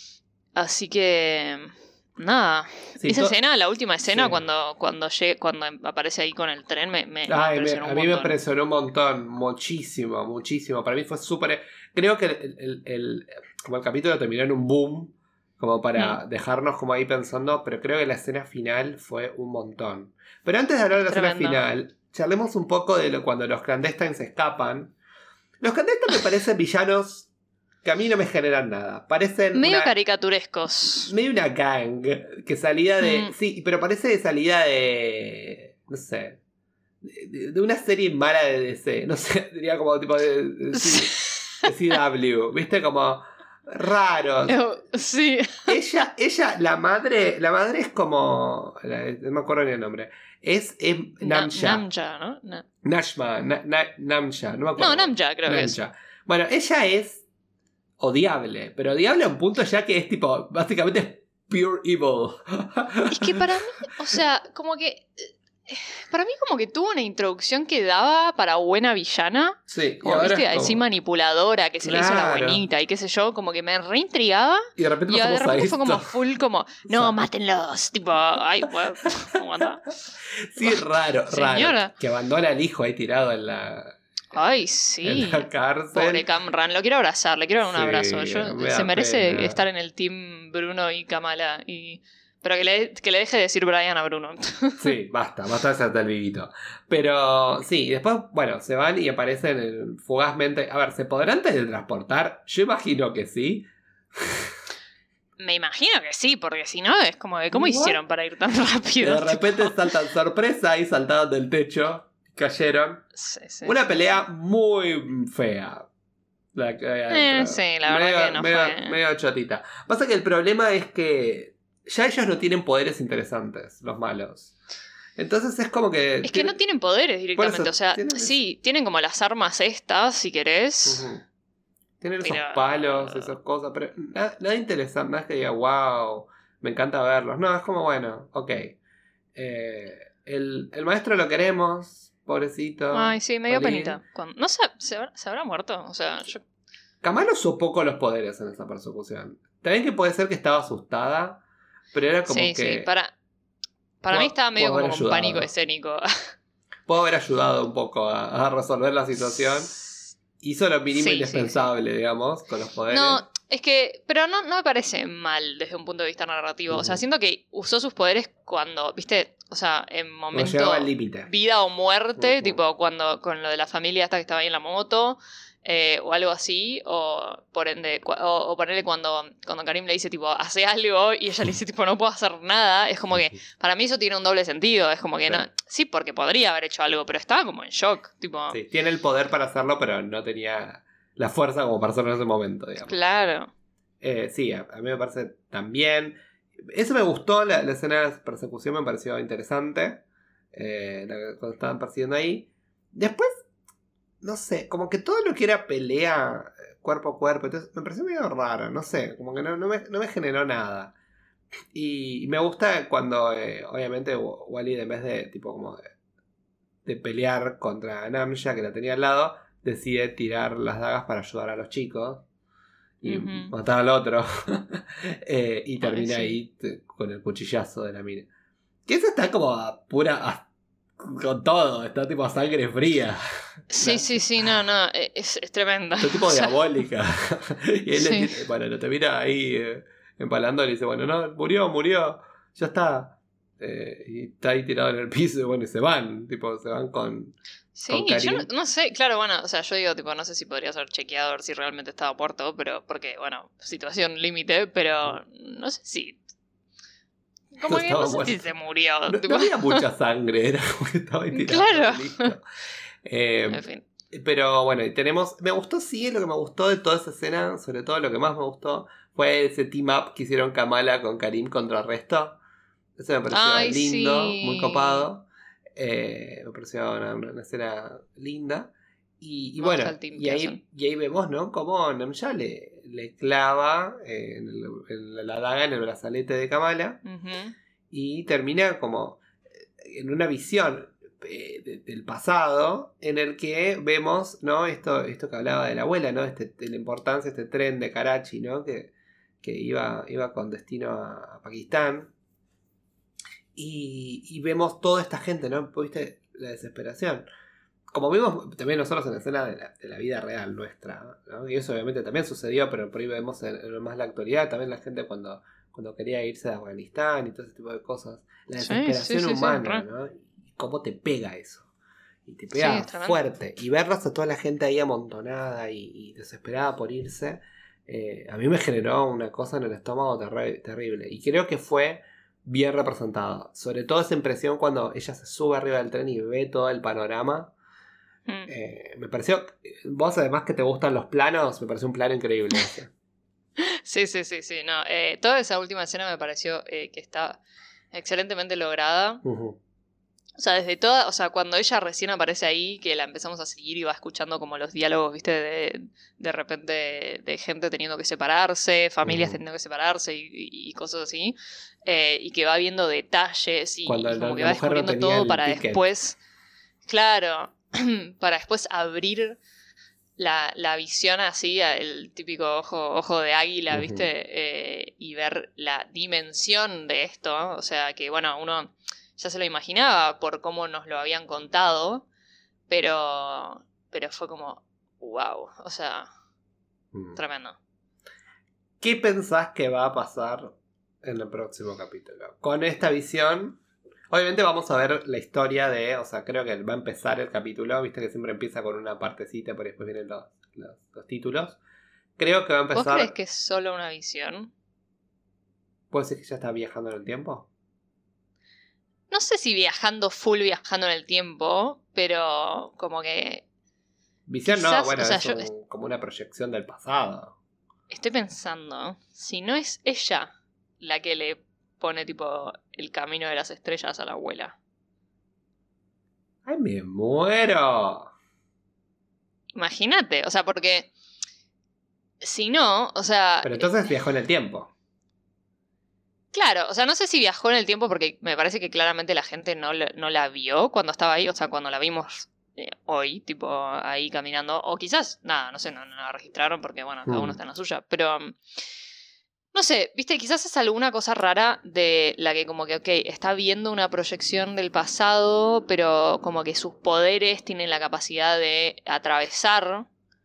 Speaker 2: Así que, nada.
Speaker 1: Sí,
Speaker 2: Esa
Speaker 1: to-
Speaker 2: escena, la última escena,
Speaker 1: Sí.
Speaker 2: cuando, cuando, llega, cuando aparece ahí con el tren, me, me, me
Speaker 1: Ay, me-
Speaker 2: impresionó
Speaker 1: a
Speaker 2: un
Speaker 1: mí me
Speaker 2: montón.
Speaker 1: impresionó un montón, muchísimo, muchísimo. Para mí fue súper... Creo que el, el- el- como el capítulo terminó en un boom, como para
Speaker 2: Mm.
Speaker 1: dejarnos como ahí pensando, pero creo que la escena final fue un montón. Pero antes de hablar de la escena
Speaker 2: Tremendo.
Speaker 1: final, charlemos un poco de lo, cuando los clandestines escapan. Los clandestines me parecen villanos que a mí no me generan nada. Parecen
Speaker 2: Medio
Speaker 1: una,
Speaker 2: caricaturescos.
Speaker 1: medio una gang que salía de...
Speaker 2: Mm.
Speaker 1: Sí, pero parece de salida de... No sé. De, de una serie mala de D C. No sé, diría como tipo de, de, de C W. ¿Viste? Como raros.
Speaker 2: Sí.
Speaker 1: Ella, ella, la madre, la madre es como... la- no me acuerdo ni el nombre. Es, es
Speaker 2: Na-
Speaker 1: Namja.
Speaker 2: Namja, ¿no? Na-
Speaker 1: Nashma, Na- Na- Namja, no me acuerdo.
Speaker 2: No, Namja creo que es.
Speaker 1: Namja. Bueno, ella es odiable, pero odiable a un punto ya que es tipo, básicamente es pure evil.
Speaker 2: Es que para mí, o sea, como que... Para mí como que tuvo una introducción que daba para buena villana.
Speaker 1: Sí, y
Speaker 2: Como,
Speaker 1: ahora
Speaker 2: viste,
Speaker 1: es como-
Speaker 2: así manipuladora, que se le hizo la
Speaker 1: Claro.
Speaker 2: buenita y qué sé yo, como que me reintrigaba.
Speaker 1: y de repente
Speaker 2: Y de
Speaker 1: pasamos a
Speaker 2: repente fue
Speaker 1: esto.
Speaker 2: como full, como, no,
Speaker 1: sea-
Speaker 2: mátenlos. Tipo, ay, bueno, aguanta.
Speaker 1: Sí, raro, raro.
Speaker 2: Señora.
Speaker 1: Que abandona al hijo ahí tirado en la,
Speaker 2: Ay, sí.
Speaker 1: en la cárcel.
Speaker 2: Pobre Camran, lo quiero abrazar, le quiero dar un
Speaker 1: Sí,
Speaker 2: abrazo. Yo-
Speaker 1: me da
Speaker 2: se merece
Speaker 1: pena.
Speaker 2: estar en el team Bruno y Kamala y Pero que le, que le deje de decir Brian a Bruno.
Speaker 1: Sí, basta, basta de hacerte el vivito. Pero sí, después, bueno, se van y aparecen en- fugazmente. A ver, ¿se podrán teletransportar? Yo imagino que sí.
Speaker 2: Me imagino que sí, porque si no es como de ¿cómo
Speaker 1: Igual.
Speaker 2: hicieron para ir tan
Speaker 1: Y
Speaker 2: rápido?
Speaker 1: de repente
Speaker 2: Tipo,
Speaker 1: saltan sorpresa y saltaron del techo. Cayeron.
Speaker 2: sí, sí.
Speaker 1: Una pelea muy fea. La que hay
Speaker 2: Eh,
Speaker 1: adentro.
Speaker 2: sí, la verdad que no
Speaker 1: medio,
Speaker 2: fue-
Speaker 1: medio chotita. Pasa que el problema es que ya ellos no tienen poderes interesantes, los malos. Entonces es como que...
Speaker 2: Es que no tienen poderes directamente,
Speaker 1: eso,
Speaker 2: o sea,
Speaker 1: tienen-
Speaker 2: sí, tienen como las armas estas, si querés.
Speaker 1: Ujú. Tienen esos
Speaker 2: Pero-
Speaker 1: palos, esas cosas, pero nada, nada interesante, nada que diga, wow, me encanta verlos. No, es como, bueno, ok. Eh, el, el maestro lo queremos, pobrecito.
Speaker 2: Ay, sí, me dio
Speaker 1: Olin.
Speaker 2: penita. Cuando- no sé, ¿se habrá, se habrá muerto? O sea, yo...
Speaker 1: Kamal usó poco los poderes en esa persecución. También que puede ser que estaba asustada, pero era como
Speaker 2: Sí,
Speaker 1: que
Speaker 2: sí, para... Para
Speaker 1: Puedo-
Speaker 2: mí estaba medio
Speaker 1: puedo
Speaker 2: como
Speaker 1: haber
Speaker 2: con
Speaker 1: ayudado.
Speaker 2: pánico escénico.
Speaker 1: pudo haber ayudado un poco a, a resolver la situación. Hizo lo mínimo
Speaker 2: Sí, sí,
Speaker 1: indispensable, digamos, con los poderes.
Speaker 2: No, es que, pero no, no me parece mal desde un punto de vista narrativo. O sea,
Speaker 1: Ujú.
Speaker 2: siento que usó sus poderes cuando, viste, o sea, en
Speaker 1: No
Speaker 2: momento
Speaker 1: llegaba al límite.
Speaker 2: vida o muerte,
Speaker 1: Ujú.
Speaker 2: tipo cuando con lo de la familia esta que estaba ahí en la moto, eh, o algo así, o por ende, cu- o, o ponerle cuando, cuando Karim le dice tipo, hace algo, y ella le dice tipo, no puedo hacer nada, es como que, para mí eso tiene un doble sentido, es como que
Speaker 1: Sí.
Speaker 2: no, sí, porque podría haber hecho algo, pero estaba como en shock, tipo,
Speaker 1: Sí, tiene el poder para hacerlo, pero no tenía la fuerza como para hacerlo en ese momento, digamos.
Speaker 2: claro.
Speaker 1: Eh, sí, a, a mí me parece también. Eso me gustó, la, la escena de persecución me pareció interesante. Eh, la- cuando estaban persiguiendo ahí. Después, no sé, como que todo lo que era pelea eh, cuerpo a cuerpo, entonces me pareció medio raro, no sé, como que no, no, me, no me generó nada. Y, y me gusta cuando, eh, obviamente, Wa- Walid en vez de, tipo, como de, de pelear contra Namja, que la tenía al lado, decide tirar las dagas para ayudar a los chicos y
Speaker 2: Ujú.
Speaker 1: matar al otro. Eh, y
Speaker 2: Ay,
Speaker 1: termina
Speaker 2: sí.
Speaker 1: ahí te- con el cuchillazo de la mina. Que eso está como a pura. a- con todo, está tipo a sangre fría.
Speaker 2: Sí,
Speaker 1: La-
Speaker 2: sí, sí, no, no, e- es, es tremenda.
Speaker 1: Está tipo
Speaker 2: O sea,
Speaker 1: diabólica. Y él le
Speaker 2: Sí.
Speaker 1: dice- bueno, lo termina ahí eh, empalando y le dice, bueno, no, murió, murió, ya está. Eh, y está ahí tirado en el piso y bueno, y se van, tipo, se van con...
Speaker 2: sí,
Speaker 1: con
Speaker 2: yo no,
Speaker 1: Karim.
Speaker 2: no sé, claro, bueno, o sea, yo digo, tipo, no sé si podría ser chequeado a ver si realmente estaba muerto, pero, porque, bueno, situación límite, pero no sé si... Como
Speaker 1: No
Speaker 2: que
Speaker 1: estaba
Speaker 2: no sé si
Speaker 1: muerto.
Speaker 2: se murió.
Speaker 1: No,
Speaker 2: tipo,
Speaker 1: no había mucha sangre, era como que estaba ahí tirado.
Speaker 2: Claro.
Speaker 1: y listo. Eh,
Speaker 2: en fin.
Speaker 1: Pero bueno, y tenemos. Me gustó, sí, lo que me gustó de toda esa escena, sobre todo lo que más me gustó, fue ese team up que hicieron Kamala con Karim contra el resto. Eso me pareció
Speaker 2: Ay,
Speaker 1: lindo,
Speaker 2: sí.
Speaker 1: muy copado. Eh, me pareció una, una escena linda. Y, y
Speaker 2: Me
Speaker 1: bueno,
Speaker 2: gusta el team
Speaker 1: y
Speaker 2: que
Speaker 1: ahí,
Speaker 2: hacen.
Speaker 1: y ahí vemos, ¿no? Cómo Namja le, le clava eh, en el- en la daga en el brazalete de Kamala.
Speaker 2: Ujú.
Speaker 1: Y termina como en una visión eh, de- del pasado en el que vemos, ¿no? Esto, esto que hablaba de la abuela, ¿no? Este, de la importancia de este tren de Karachi, ¿no? Que, que iba, iba con destino a, a Pakistán. Y, y vemos toda esta gente, ¿no? ¿Viste? La desesperación. Como vimos también nosotros en la escena de la, de la vida real nuestra, ¿no? Y eso obviamente también sucedió, pero por ahí vemos en, en más la actualidad, también la gente cuando, cuando quería irse de Afganistán y todo ese tipo de cosas. La
Speaker 2: Sí,
Speaker 1: desesperación
Speaker 2: sí, sí, sí,
Speaker 1: humana,
Speaker 2: re.
Speaker 1: ¿no? Y cómo te pega eso. Y te
Speaker 2: Sí,
Speaker 1: pega
Speaker 2: es tremendo.
Speaker 1: fuerte. Y verlas a toda la gente ahí amontonada y, y desesperada por irse, eh, a mí me generó una cosa en el estómago terri- terrible. Y creo que fue bien representado. Sobre todo esa impresión cuando ella se sube arriba del tren y ve todo el panorama.
Speaker 2: Mm.
Speaker 1: Eh, me pareció. Vos, además que te gustan los planos, me pareció un plano increíble ese.
Speaker 2: Sí, sí, sí, sí, no. eh, toda esa última escena me pareció eh, que está excelentemente lograda.
Speaker 1: Ujú.
Speaker 2: O sea, desde toda, o sea, cuando ella recién aparece ahí, que la empezamos a seguir y va escuchando como los diálogos, viste, de, de repente de gente teniendo que separarse, familias
Speaker 1: Ujú.
Speaker 2: teniendo que separarse y, y- y cosas así, eh, y que va viendo detalles y,
Speaker 1: Cuando
Speaker 2: y como
Speaker 1: la-
Speaker 2: que
Speaker 1: la
Speaker 2: va
Speaker 1: mujer no
Speaker 2: descubriendo
Speaker 1: tenía
Speaker 2: todo
Speaker 1: el
Speaker 2: para
Speaker 1: ticket.
Speaker 2: después, claro, para después abrir la, la visión así, el típico ojo, ojo de águila,
Speaker 1: Ujú.
Speaker 2: ¿viste? Eh, y ver la dimensión de esto, ¿no? O sea, que bueno, uno ya se lo imaginaba por cómo nos lo habían contado, pero, pero fue como, wow, o sea,
Speaker 1: Mm.
Speaker 2: tremendo.
Speaker 1: ¿Qué pensás que va a pasar en el próximo capítulo. Con esta visión, obviamente vamos a ver la historia de, o sea, creo que va a empezar el capítulo, viste que siempre empieza con una partecita, pero después vienen los, los, los títulos. Creo que va a empezar...
Speaker 2: ¿Vos crees que es solo una visión?
Speaker 1: ¿Puede ser que ya está viajando en el tiempo?
Speaker 2: No sé si viajando full viajando en el tiempo, pero como que...
Speaker 1: Visión
Speaker 2: quizás,
Speaker 1: no, bueno,
Speaker 2: o sea,
Speaker 1: es
Speaker 2: yo
Speaker 1: un, como una proyección del pasado.
Speaker 2: Estoy pensando, si no es ella la que le pone tipo el camino de las estrellas a la abuela.
Speaker 1: ¡Ay, me muero!
Speaker 2: Imagínate, o sea, porque si no, o sea...
Speaker 1: Pero entonces viajó en el tiempo.
Speaker 2: Claro, o sea, no sé si viajó en el tiempo porque me parece que claramente la gente no, la- no la vio cuando estaba ahí, o sea, cuando la vimos eh, hoy, tipo ahí caminando, o quizás, nada, no sé, no, no la registraron porque, bueno, cada uno
Speaker 1: Mm.
Speaker 2: está en la suya, pero... um, no sé, viste, quizás es alguna cosa rara de la que como que, ok, está viendo una proyección del pasado, pero como que sus poderes tienen la capacidad de atravesar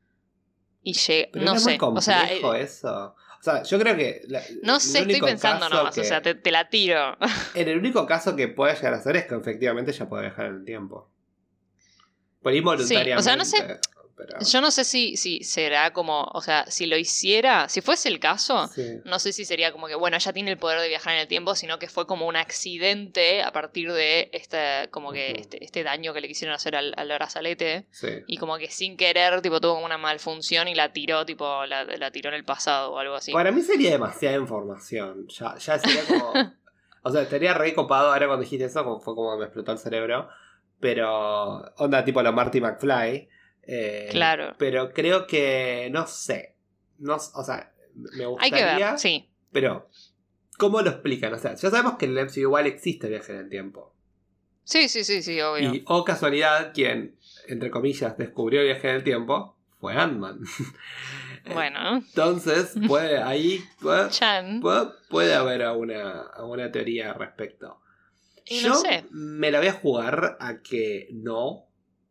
Speaker 2: y llegar,
Speaker 1: Pero
Speaker 2: no
Speaker 1: no es muy
Speaker 2: sé, o sea,
Speaker 1: complejo
Speaker 2: eh,
Speaker 1: eso. O sea, yo creo que... La,
Speaker 2: no
Speaker 1: el
Speaker 2: sé, estoy
Speaker 1: único
Speaker 2: pensando
Speaker 1: caso
Speaker 2: nomás,
Speaker 1: que,
Speaker 2: o sea, te, te la tiro.
Speaker 1: En el único caso que puede llegar a ser es que efectivamente ella puede viajar en el tiempo. Por involuntariamente.
Speaker 2: Sí, o sea, no sé,
Speaker 1: pero...
Speaker 2: yo no sé si, si será como, o sea, si lo hiciera, si fuese el caso,
Speaker 1: Sí.
Speaker 2: no sé si sería como que, bueno, ella tiene el poder de viajar en el tiempo, sino que fue como un accidente a partir de este, como que
Speaker 1: Ujú.
Speaker 2: este, este daño que le quisieron hacer al, al brazalete.
Speaker 1: Sí.
Speaker 2: Y como que sin querer, tipo, tuvo como una malfunción y la tiró, tipo, la, la tiró en el pasado o algo así.
Speaker 1: Para mí sería demasiada información. Ya, ya sería como... O sea, estaría re copado ahora cuando dijiste eso, como fue como me explotó el cerebro. Pero... Onda tipo la Marty McFly. Eh,
Speaker 2: Claro.
Speaker 1: Pero creo que... No sé. No, o sea, me
Speaker 2: Hay que
Speaker 1: gustaría...
Speaker 2: ver, sí.
Speaker 1: Pero... ¿Cómo lo explican? O sea, ya sabemos que en el M C U igual existe viaje en el tiempo.
Speaker 2: Sí, sí, sí, sí, obvio.
Speaker 1: Y, o casualidad, quien, entre comillas, descubrió el viaje en el tiempo fue Ant-Man.
Speaker 2: Bueno.
Speaker 1: Entonces, puede, ahí puede,
Speaker 2: Chan.
Speaker 1: puede, puede haber alguna, alguna teoría al respecto.
Speaker 2: Y
Speaker 1: Yo
Speaker 2: no sé.
Speaker 1: me la voy a jugar a que no,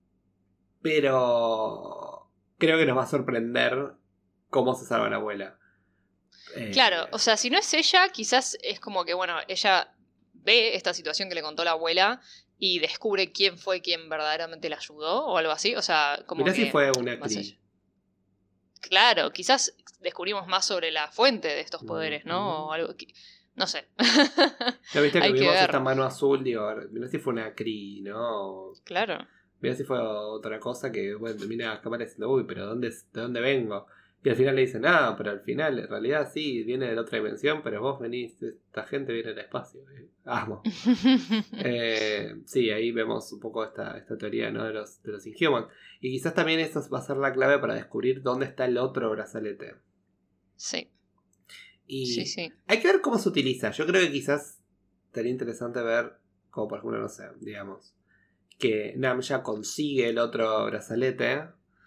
Speaker 1: pero creo que nos va a sorprender cómo se salva la abuela. Eh,
Speaker 2: Claro, o sea, si no es ella, quizás es como que, bueno, ella ve esta situación que le contó la abuela y descubre quién fue quien verdaderamente la ayudó o algo así. O sea, como
Speaker 1: mirá
Speaker 2: que...
Speaker 1: si fue una
Speaker 2: más
Speaker 1: actriz.
Speaker 2: allá. Claro, quizás descubrimos más sobre la fuente de estos poderes, ¿no? O algo que... No sé.
Speaker 1: ¿No viste que
Speaker 2: Hay que
Speaker 1: vimos
Speaker 2: ver.
Speaker 1: esta mano azul? Digo, mirá si fue una Cree, ¿no?
Speaker 2: Claro.
Speaker 1: Mirá si fue otra cosa que, bueno, termina cámara diciendo, uy, pero ¿dónde, ¿de dónde vengo? Y al final le dicen, ah, pero al final, en realidad sí, viene de la otra dimensión, pero vos venís, esta gente viene del espacio. Eh, Amo. Eh, sí, ahí vemos un poco esta, esta teoría, ¿no? de los, de los Inhumans. Y quizás también eso va a ser la clave para descubrir dónde está el otro brazalete.
Speaker 2: Sí.
Speaker 1: Y
Speaker 2: Sí, sí.
Speaker 1: hay que ver cómo se utiliza. Yo creo que quizás sería interesante ver, como por ejemplo, no sé, digamos, que Namja consigue el otro brazalete.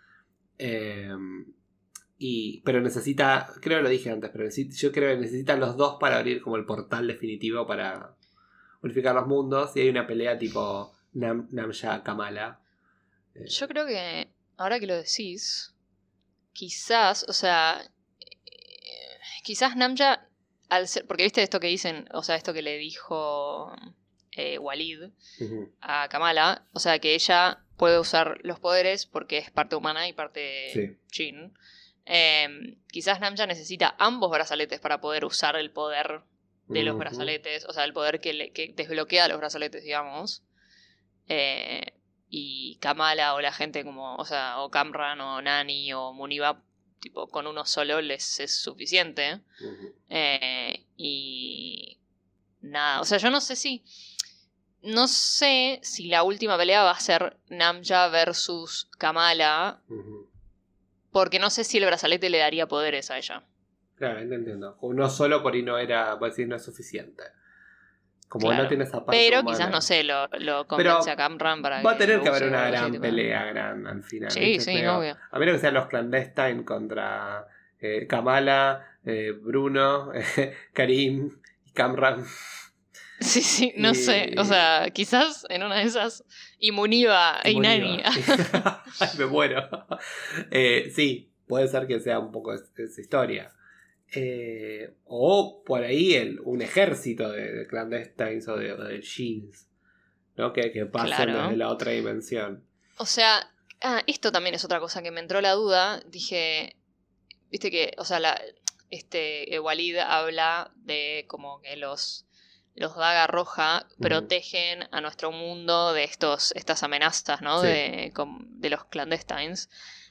Speaker 1: Eh, y, pero necesita, creo que lo dije antes, pero necesita, yo creo que necesitan los dos para abrir como el portal definitivo para unificar los mundos. Y hay una pelea tipo Nam, Namja Kamala. Eh,
Speaker 2: Yo creo que, ahora que lo decís, quizás, o sea, eh, quizás Namja, al ser, porque viste esto que dicen, o sea, esto que le dijo eh, Walid
Speaker 1: uh-huh.
Speaker 2: a Kamala, o sea, que ella puede usar los poderes porque es parte humana y parte
Speaker 1: Sí.
Speaker 2: Jin. Eh, quizás Namja necesita ambos brazaletes para poder usar el poder de los
Speaker 1: Uh-huh.
Speaker 2: brazaletes, o sea, el poder que, le, que desbloquea los brazaletes, digamos. Eh, y Kamala o la gente como, o sea, o Kamran o Nani o Muniba, tipo, con uno solo les es suficiente.
Speaker 1: Uh-huh.
Speaker 2: Eh, y nada, o sea, yo no sé si, no sé si la última pelea va a ser Namja versus Kamala,
Speaker 1: Uh-huh.
Speaker 2: porque no sé si el brazalete le daría poderes a ella.
Speaker 1: Claro, entiendo. Uno solo por ahí no era, puedo decir, no es suficiente. Como
Speaker 2: Claro.
Speaker 1: no tiene esa parte
Speaker 2: Pero
Speaker 1: humana.
Speaker 2: quizás, no sé, lo, lo convence
Speaker 1: Pero
Speaker 2: a Kamran para
Speaker 1: va a
Speaker 2: que
Speaker 1: tener
Speaker 2: lo
Speaker 1: que haber
Speaker 2: use o
Speaker 1: una
Speaker 2: algo así,
Speaker 1: gran
Speaker 2: tipo.
Speaker 1: pelea gran al final.
Speaker 2: Sí,
Speaker 1: ¿viste?
Speaker 2: sí,
Speaker 1: Creo.
Speaker 2: obvio.
Speaker 1: A menos que sean los clandestine contra eh, Kamala, eh, Bruno, eh, Karim y Kamran.
Speaker 2: Sí, sí, no
Speaker 1: Y-
Speaker 2: sé. O sea, quizás en una de esas. Y Muniba y Nani.
Speaker 1: Muniba. Ay, me muero. Eh, sí, puede ser que sea un poco es- esa historia. Eh, o por ahí el, un ejército de, de clandestines o de, o de jeans, ¿no? Que, que pasan
Speaker 2: Claro.
Speaker 1: desde la otra dimensión.
Speaker 2: O sea, ah, esto también es otra cosa que me entró la duda. Dije, viste que, o sea, la, este eh, Walid habla de como que los, los Daga Roja
Speaker 1: Ujú.
Speaker 2: protegen a nuestro mundo de estos, estas amenazas, ¿no?
Speaker 1: Sí.
Speaker 2: De, com- de los clandestines.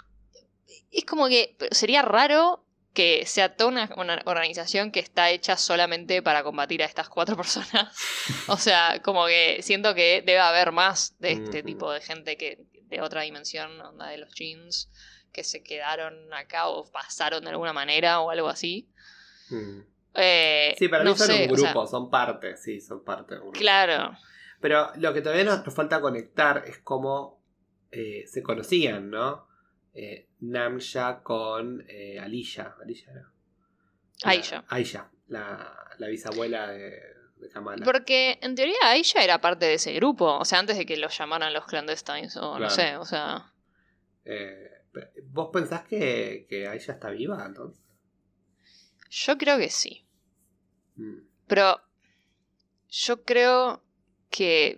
Speaker 2: Es como que sería raro que sea toda una, una organización que está hecha solamente para combatir a estas cuatro personas. O sea, como que siento que debe haber más de este
Speaker 1: Ujú.
Speaker 2: tipo de gente que de otra dimensión, onda de los jeans, que se quedaron acá o pasaron de alguna manera o algo así.
Speaker 1: Mm.
Speaker 2: Eh,
Speaker 1: Sí, para
Speaker 2: no
Speaker 1: mí son
Speaker 2: sé,
Speaker 1: un
Speaker 2: o sea,
Speaker 1: grupo, son parte, sí, son parte de un grupo.
Speaker 2: claro,
Speaker 1: Pero lo que todavía nos, nos falta conectar es cómo eh, se conocían, ¿no? Eh, Namja con eh, Alisha. ¿Alisha era? La-
Speaker 2: Aisha.
Speaker 1: Aisha, la, la bisabuela de, de Kamala.
Speaker 2: Porque en teoría Aisha era parte de ese grupo, o sea, antes de que los llamaran los clandestines, o no
Speaker 1: Claro.
Speaker 2: sé, o sea...
Speaker 1: Eh, pero, ¿vos pensás que, que Aisha está viva entonces?
Speaker 2: Yo creo que sí.
Speaker 1: Mm.
Speaker 2: Pero yo creo que...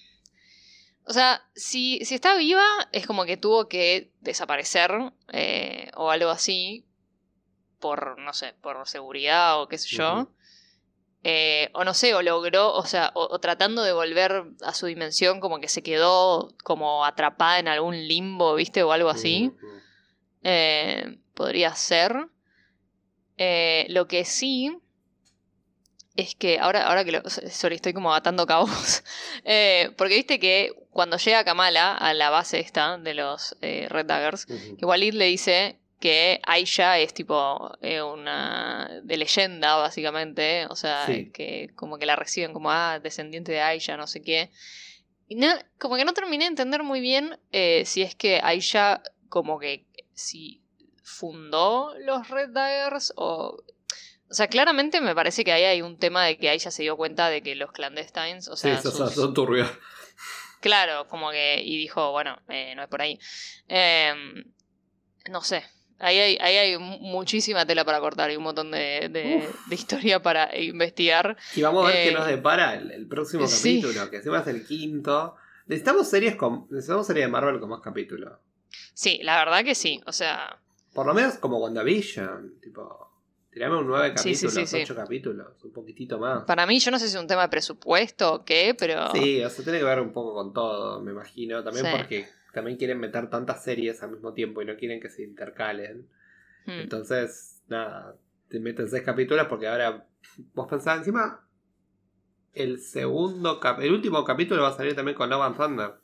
Speaker 2: O sea, si, si está viva, es como que tuvo que desaparecer eh, o algo así por, no sé, por seguridad o qué sé yo.
Speaker 1: Ujú.
Speaker 2: Eh, o no sé, o logró, o sea, o, o tratando de volver a su dimensión, como que se quedó como atrapada en algún limbo, ¿viste? O algo así.
Speaker 1: Ujú.
Speaker 2: Eh, podría ser. Eh, lo que sí es que ahora, ahora que lo. Sorry, estoy como atando cabos. Eh, porque viste que cuando llega Kamala a la base esta de los eh, Red Daggers,
Speaker 1: Ujú.
Speaker 2: que Walid le dice que Aisha es tipo eh, una de leyenda, básicamente. O sea,
Speaker 1: Sí.
Speaker 2: que como que la reciben como, ah, descendiente de Aisha, no sé qué. Y no, como que no terminé de entender muy bien eh, si es que Aisha como que si fundó los Red Daggers o... O sea, claramente me parece que ahí hay un tema de que Aisha se dio cuenta de que los clandestines, o
Speaker 1: Sí,
Speaker 2: sea,
Speaker 1: son,
Speaker 2: sus...
Speaker 1: son, son turbios.
Speaker 2: Claro, como que... Y dijo, bueno, eh, no es por ahí. Eh, no sé. Ahí hay, ahí hay mu- muchísima tela para cortar y un montón de, de, de historia para investigar.
Speaker 1: Y vamos a ver
Speaker 2: Eh,
Speaker 1: qué nos depara el, el próximo
Speaker 2: sí.
Speaker 1: capítulo, que encima es el quinto. Necesitamos series con. Necesitamos series de Marvel con más capítulos.
Speaker 2: Sí, la verdad que sí. O sea,
Speaker 1: Por lo menos como WandaVision. Tipo. Tirame un nueve
Speaker 2: Sí, sí,
Speaker 1: capítulos,
Speaker 2: sí, sí.
Speaker 1: ocho capítulos, un poquitito más.
Speaker 2: para mí, yo no sé si es un tema de presupuesto o qué, pero...
Speaker 1: Sí, o sea, tiene que ver un poco con todo, me imagino. También
Speaker 2: Sí.
Speaker 1: porque también quieren meter tantas series al mismo tiempo y no quieren que se intercalen.
Speaker 2: Hmm.
Speaker 1: Entonces, nada, te meten seis capítulos porque ahora vos pensás encima. El segundo cap el último capítulo va a salir también con Love and Thunder.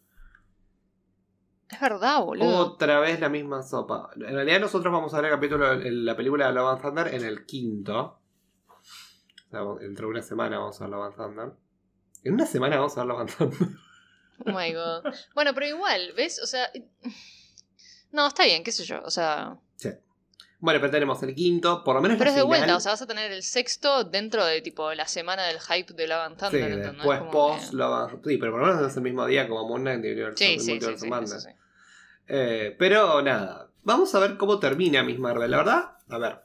Speaker 2: Es verdad, boludo.
Speaker 1: Otra vez la misma sopa. En realidad nosotros vamos a ver el capítulo, el- la película de Love and Thunder en el quinto. O sea, dentro de una semana vamos a ver Love and Thunder. En una semana vamos a ver Love and Thunder.
Speaker 2: Oh my god. Bueno, pero igual, ¿ves? O sea... No, está bien, qué sé yo. O sea...
Speaker 1: Sí. Bueno, pero tenemos el quinto, por lo menos
Speaker 2: Pero
Speaker 1: la
Speaker 2: es de
Speaker 1: final.
Speaker 2: vuelta, o sea, vas a tener el sexto dentro de tipo la semana del hype de Love and
Speaker 1: Sí,
Speaker 2: Thunder, ¿entendés?
Speaker 1: después
Speaker 2: Como
Speaker 1: post
Speaker 2: que-
Speaker 1: Love and Sí, pero por lo menos no es el mismo día como Moon Knight y Universo,
Speaker 2: Sí, sí, sí,
Speaker 1: Multiverse
Speaker 2: sí,
Speaker 1: Madness.
Speaker 2: eso sí.
Speaker 1: Eh, pero nada, vamos a ver cómo termina Miss Marvel. La verdad, a ver.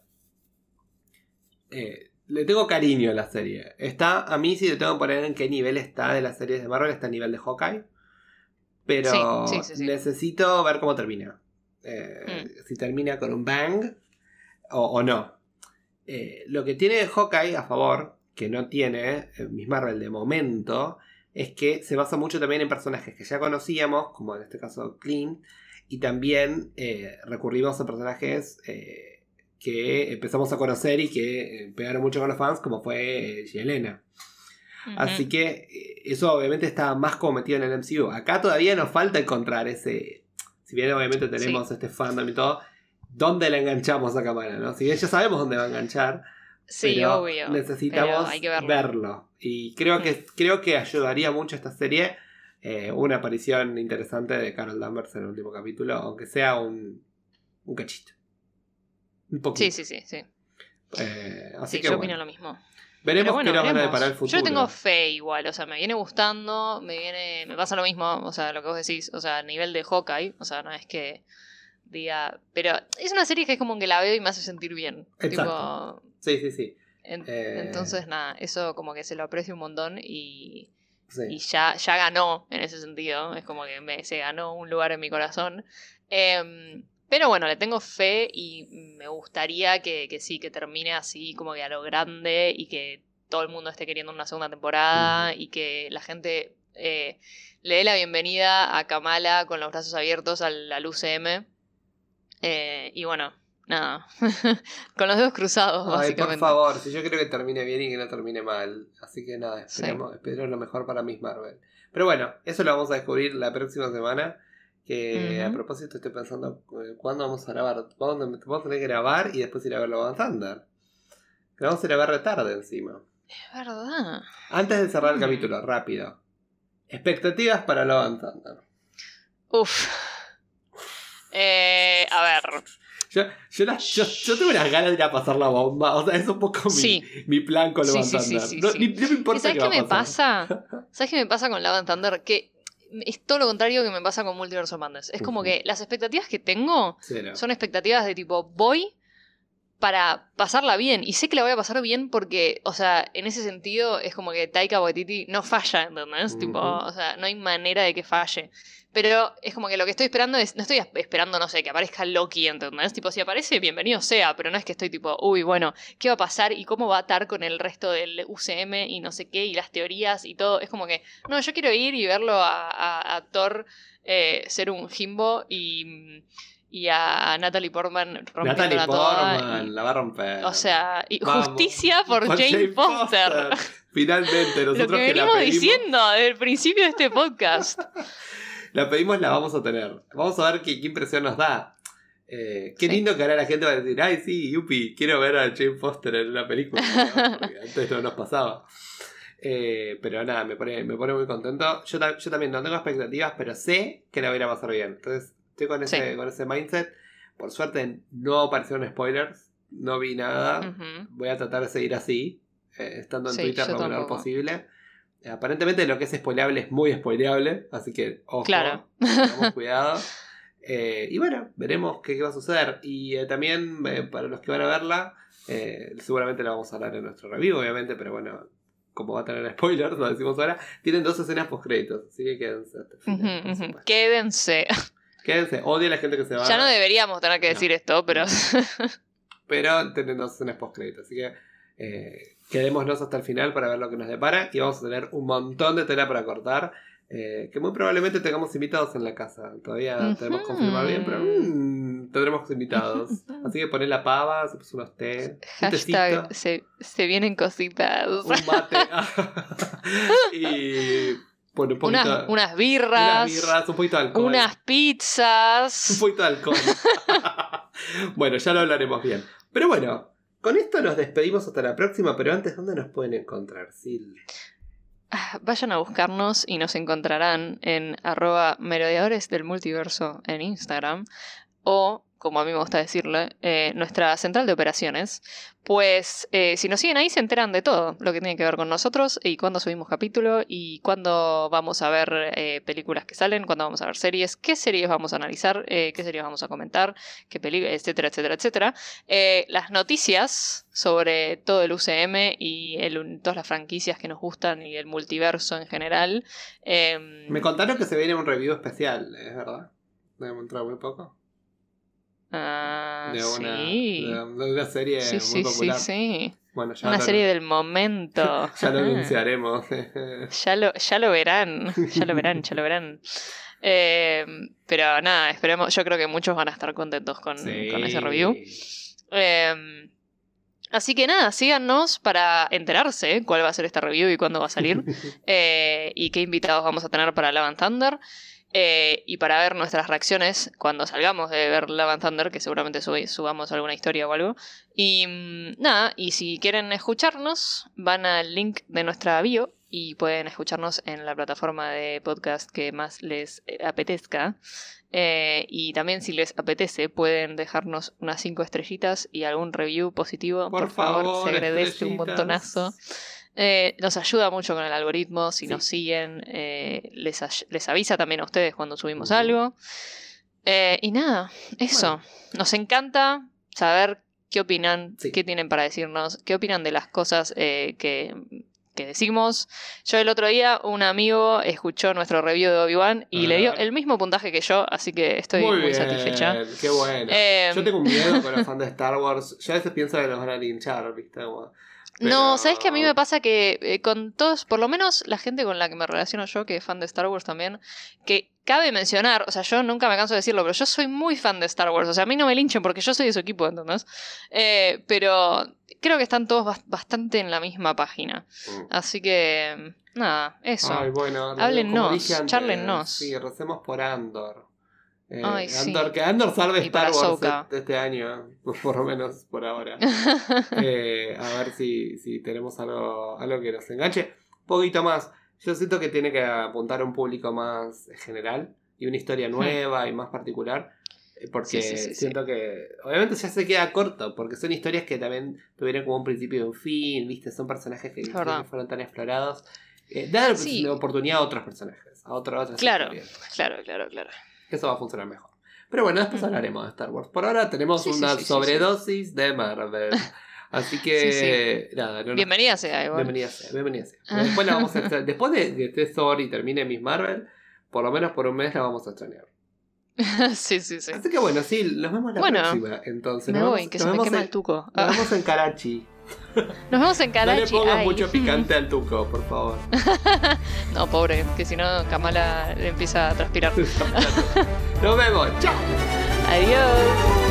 Speaker 1: Eh, le tengo cariño a la serie. Está, a mí si le tengo que poner en qué nivel está de las series de Marvel, está a nivel de Hawkeye. Pero
Speaker 2: Sí, sí, sí, sí.
Speaker 1: necesito ver cómo termina. Eh,
Speaker 2: Mm.
Speaker 1: Si termina con un bang o, o no. Eh, lo que tiene Hawkeye a favor, que no tiene eh, Miss Marvel de momento, es que se basa mucho también en personajes que ya conocíamos, como en este caso Clint, y también eh, recurrimos a personajes eh, que empezamos a conocer y que eh, pegaron mucho con los fans, como fue eh, Yelena.
Speaker 2: Ujú.
Speaker 1: Así que eh, eso obviamente está más como metido en el M C U. Acá todavía nos falta encontrar ese... Si bien obviamente tenemos
Speaker 2: Sí.
Speaker 1: este fandom y todo, ¿dónde la enganchamos a Kamala? ¿No? Si bien ya sabemos dónde va a enganchar,
Speaker 2: Sí,
Speaker 1: pero
Speaker 2: obvio.
Speaker 1: necesitamos
Speaker 2: pero hay que verlo.
Speaker 1: verlo. Y creo que,
Speaker 2: Mm.
Speaker 1: creo que ayudaría mucho esta serie eh, una aparición interesante de Carol Danvers en el último capítulo, aunque sea un, un cachito. Un poquito.
Speaker 2: Sí, sí, sí, sí.
Speaker 1: Eh, así
Speaker 2: Sí,
Speaker 1: que
Speaker 2: yo
Speaker 1: bueno.
Speaker 2: opino lo mismo.
Speaker 1: Veremos
Speaker 2: Pero bueno,
Speaker 1: qué nos van a
Speaker 2: veremos.
Speaker 1: deparar el futuro.
Speaker 2: Yo le tengo fe igual, o sea, me viene gustando, me viene, me pasa lo mismo, o sea, lo que vos decís, o sea, a nivel de Hawkeye, o sea, no es que diga... Pero es una serie que es como que la veo y me hace sentir bien.
Speaker 1: Exacto.
Speaker 2: Tipo,
Speaker 1: sí, sí, sí.
Speaker 2: en,
Speaker 1: Eh...
Speaker 2: Entonces, nada, eso como que se lo aprecio un montón y...
Speaker 1: Sí.
Speaker 2: Y ya, ya ganó en ese sentido. Es como que me, se ganó un lugar en mi corazón. Eh, pero bueno, le tengo fe y me gustaría que, que sí, que termine así como que a lo grande y que todo el mundo esté queriendo una segunda temporada uh-huh. y que la gente eh, le dé la bienvenida a Kamala con los brazos abiertos al, al U C M. Eh, y bueno, nada, con los dedos cruzados,
Speaker 1: Ay,
Speaker 2: básicamente.
Speaker 1: por favor, si yo creo que termine bien y que no termine mal. Así que nada, esperemos, sí. espero lo mejor para Miss Marvel. Pero bueno, eso lo vamos a descubrir la próxima semana. Que uh-huh. a propósito estoy pensando cuándo vamos a grabar. Vamos a tener que grabar y después ir a ver Love and Thunder. Que vamos a ir a ver de tarde encima.
Speaker 2: Es verdad.
Speaker 1: Antes de cerrar el mm. capítulo, rápido. Expectativas para Love and Thunder.
Speaker 2: Uf. Eh, a ver.
Speaker 1: Yo, yo, la, yo, yo tengo unas ganas de ir a pasar la bomba. O sea, es un poco sí. mi, mi plan con Love
Speaker 2: sí,
Speaker 1: and Thunder.
Speaker 2: Sí, sí, sí,
Speaker 1: no,
Speaker 2: sí.
Speaker 1: Ni, no me importa
Speaker 2: ¿Sabes
Speaker 1: qué,
Speaker 2: qué me
Speaker 1: pasar?
Speaker 2: pasa? ¿Sabes qué me pasa con Love and Thunder? Que es todo lo contrario que me pasa con Multiverse of Madness. Es como uh-huh. que las expectativas que tengo Cero. son expectativas de tipo, voy para pasarla bien. Y sé que la voy a pasar bien porque, o sea, en ese sentido es como que Taika Waititi no falla, ¿entendés? Uh-huh. Tipo, o sea, no hay manera de que falle. Pero es como que lo que estoy esperando es, no estoy esperando, no sé, que aparezca Loki, ¿entendés? Tipo, si aparece, bienvenido sea, pero no es que estoy tipo, uy, bueno, ¿qué va a pasar y cómo va a atar con el resto del U C M y no sé qué, y las teorías y todo? Es como que, no, yo quiero ir y verlo a, a, a Thor eh, ser un Jimbo y... Y a Natalie Portman rompiendo la toda.
Speaker 1: Portman, y, la va a romper.
Speaker 2: O sea, y justicia por Jane, Jane Foster.
Speaker 1: Foster. Finalmente, nosotros
Speaker 2: Lo que,
Speaker 1: que
Speaker 2: venimos
Speaker 1: la pedimos...
Speaker 2: diciendo desde el principio de este podcast.
Speaker 1: La pedimos, la vamos a tener. Vamos a ver qué, qué impresión nos da. Eh, qué sí. lindo que ahora la gente va a decir, ay sí, yupi, quiero ver a Jane Foster en una película. ¿No? Porque antes no nos pasaba. Eh, pero nada, me pone, me pone muy contento. Yo, yo también no tengo expectativas, pero sé que la voy a ir a pasar bien. Entonces... Estoy con ese, sí. con ese mindset. Por suerte no aparecieron spoilers. No vi nada. Uh-huh. Voy a tratar de seguir así. Eh, estando en sí, Twitter lo menor posible. Eh, aparentemente lo que es spoileable es muy spoileable. Así que ojo.
Speaker 2: Claro.
Speaker 1: Tengamos cuidado. Eh, y bueno, veremos qué, qué va a suceder. Y eh, también eh, para los que van a verla. Eh, seguramente la vamos a hablar en nuestro review, obviamente. Pero bueno, como va a tener spoilers, lo decimos ahora. Tienen dos escenas post créditos. Así que quédense hasta el final.
Speaker 2: Uh-huh, uh-huh. Quédense.
Speaker 1: Quédense, odia a la gente que se va.
Speaker 2: Ya no deberíamos tener que decir no. esto, pero...
Speaker 1: pero tienen dos escenas post-crédito, así que eh, quedémonos hasta el final para ver lo que nos depara. Y vamos a tener un montón de tela para cortar, eh, que muy probablemente tengamos invitados en la casa. Todavía uh-huh. tenemos que confirmar bien, pero mmm, tendremos invitados. Así que poné la pava, se puso unos té, un tecito.
Speaker 2: Se, se vienen cositas.
Speaker 1: Un mate. y... Bueno, un poquito,
Speaker 2: unas, unas birras.
Speaker 1: Unas birras, un poquito de alcohol.
Speaker 2: Unas pizzas.
Speaker 1: Un poquito de alcohol. Bueno, ya lo hablaremos bien. Pero bueno, con esto nos despedimos hasta la próxima. Pero antes, ¿dónde nos pueden encontrar, Sil?
Speaker 2: Vayan a buscarnos y nos encontrarán en arroba merodeadores del multiverso en Instagram. O, como a mí me gusta decirle, eh, nuestra central de operaciones. Pues eh, si nos siguen ahí se enteran de todo lo que tiene que ver con nosotros y cuándo subimos capítulo y cuándo vamos a ver eh, películas que salen, cuándo vamos a ver series, qué series vamos a analizar, eh, qué series vamos a comentar, qué películas, etcétera, etcétera, etcétera. Eh, las noticias sobre todo el U C M y el, todas las franquicias que nos gustan y el multiverso en general. Eh,
Speaker 1: Me contaron que se viene un review especial, ¿es verdad? Debemos entrar muy poco.
Speaker 2: Uh,
Speaker 1: de, una,
Speaker 2: sí.
Speaker 1: de, de una serie
Speaker 2: sí,
Speaker 1: muy
Speaker 2: sí,
Speaker 1: popular.
Speaker 2: Sí, sí.
Speaker 1: Bueno, ya
Speaker 2: una
Speaker 1: lo,
Speaker 2: serie del momento.
Speaker 1: Ya lo anunciaremos.
Speaker 2: ya, lo, ya lo verán. Ya lo verán, ya lo verán. Eh, pero nada, esperemos. Yo creo que muchos van a estar contentos con, sí. con ese review. Eh, así que nada, síganos para enterarse cuál va a ser esta review y cuándo va a salir. eh, y qué invitados vamos a tener para Love and Thunder. Eh, y para ver nuestras reacciones cuando salgamos de ver Love and Thunder, que seguramente sub- subamos alguna historia o algo. Y mmm, nada, y si quieren escucharnos, van al link de nuestra bio y pueden escucharnos en la plataforma de podcast que más les eh, apetezca. Eh, y también si les apetece pueden dejarnos unas cinco estrellitas y algún review positivo. Por, Por favor, favor, se agradece un montonazo. Eh, nos ayuda mucho con el algoritmo. Si sí. nos siguen, eh, les, les avisa también a ustedes cuando subimos uh-huh. algo. Eh, y nada, eso.
Speaker 1: Bueno.
Speaker 2: Nos encanta saber qué opinan,
Speaker 1: Sí.
Speaker 2: qué tienen para decirnos, qué opinan de las cosas eh, que, que decimos. Yo el otro día, un amigo escuchó nuestro review de Obi-Wan y
Speaker 1: A
Speaker 2: le dio
Speaker 1: ver.
Speaker 2: el mismo puntaje que yo, así que estoy muy,
Speaker 1: bien,
Speaker 2: satisfecha.
Speaker 1: Qué bueno.
Speaker 2: Eh,
Speaker 1: Yo tengo un miedo con los fans de Star Wars. Yo a veces pienso que nos van a linchar, ¿viste? Como-
Speaker 2: No,
Speaker 1: pero-
Speaker 2: ¿sabes qué? A mí me pasa que eh, con todos, por lo menos la gente con la que me relaciono yo, que es fan de Star Wars también, que cabe mencionar, o sea, yo nunca me canso de decirlo, pero yo soy muy fan de Star Wars, o sea, a mí no me linchen porque yo soy de su equipo, ¿entendés? Eh, pero creo que están todos bas- bastante en la misma página.
Speaker 1: Mm.
Speaker 2: Así que, nada, eso.
Speaker 1: Ay, bueno,
Speaker 2: Háblennos,
Speaker 1: como dije antes,
Speaker 2: chárlennos.
Speaker 1: Sí, recemos por Andor. Eh,
Speaker 2: Ay, sí.
Speaker 1: Andor, que Andor salve
Speaker 2: Y
Speaker 1: Star
Speaker 2: para
Speaker 1: Wars
Speaker 2: Ahsoka.
Speaker 1: este, este año, por lo menos por ahora. Eh, a ver si, si tenemos algo, algo que nos enganche. Un poquito más. Yo siento que tiene que apuntar a un público más general y una historia nueva y más particular. eh, Porque
Speaker 2: Sí, sí, sí,
Speaker 1: siento que obviamente ya se queda corto, porque son historias que también tuvieron como un principio y un fin, ¿viste? Son personajes que, que
Speaker 2: verdad.
Speaker 1: no fueron tan explorados. Eh, dar
Speaker 2: Sí.
Speaker 1: la oportunidad a otros personajes, a otro- a otras
Speaker 2: Claro.
Speaker 1: historias.
Speaker 2: Claro, claro, claro.
Speaker 1: Eso va a funcionar mejor. Pero bueno, después
Speaker 2: Ujú.
Speaker 1: hablaremos de Star Wars. Por ahora tenemos
Speaker 2: Sí, sí,
Speaker 1: una
Speaker 2: sí, sí,
Speaker 1: sobredosis de Marvel. Así que, nada, no nos-
Speaker 2: Bienvenida sea, igual.
Speaker 1: Bienvenida sea, bienvenida sea. Pero después la vamos a extrañar. Después de que esté Thor y termine Miss Marvel, por lo menos por un mes la vamos a extrañar.
Speaker 2: sí, sí, sí.
Speaker 1: Así que bueno, sí, nos vemos la
Speaker 2: Bueno,
Speaker 1: próxima. Entonces,
Speaker 2: Me
Speaker 1: nos
Speaker 2: voy,
Speaker 1: vemos-
Speaker 2: que
Speaker 1: nos
Speaker 2: se me
Speaker 1: vemos
Speaker 2: quema
Speaker 1: en-
Speaker 2: el tuco.
Speaker 1: Nos
Speaker 2: Ah,
Speaker 1: vemos en Karachi.
Speaker 2: Nos vemos en
Speaker 1: No le
Speaker 2: Karachi.
Speaker 1: pongas
Speaker 2: Ay.
Speaker 1: mucho picante al tuco, por favor.
Speaker 2: No, pobre, que si no Kamala le empieza a transpirar.
Speaker 1: Nos vemos. Chao.
Speaker 2: Adiós.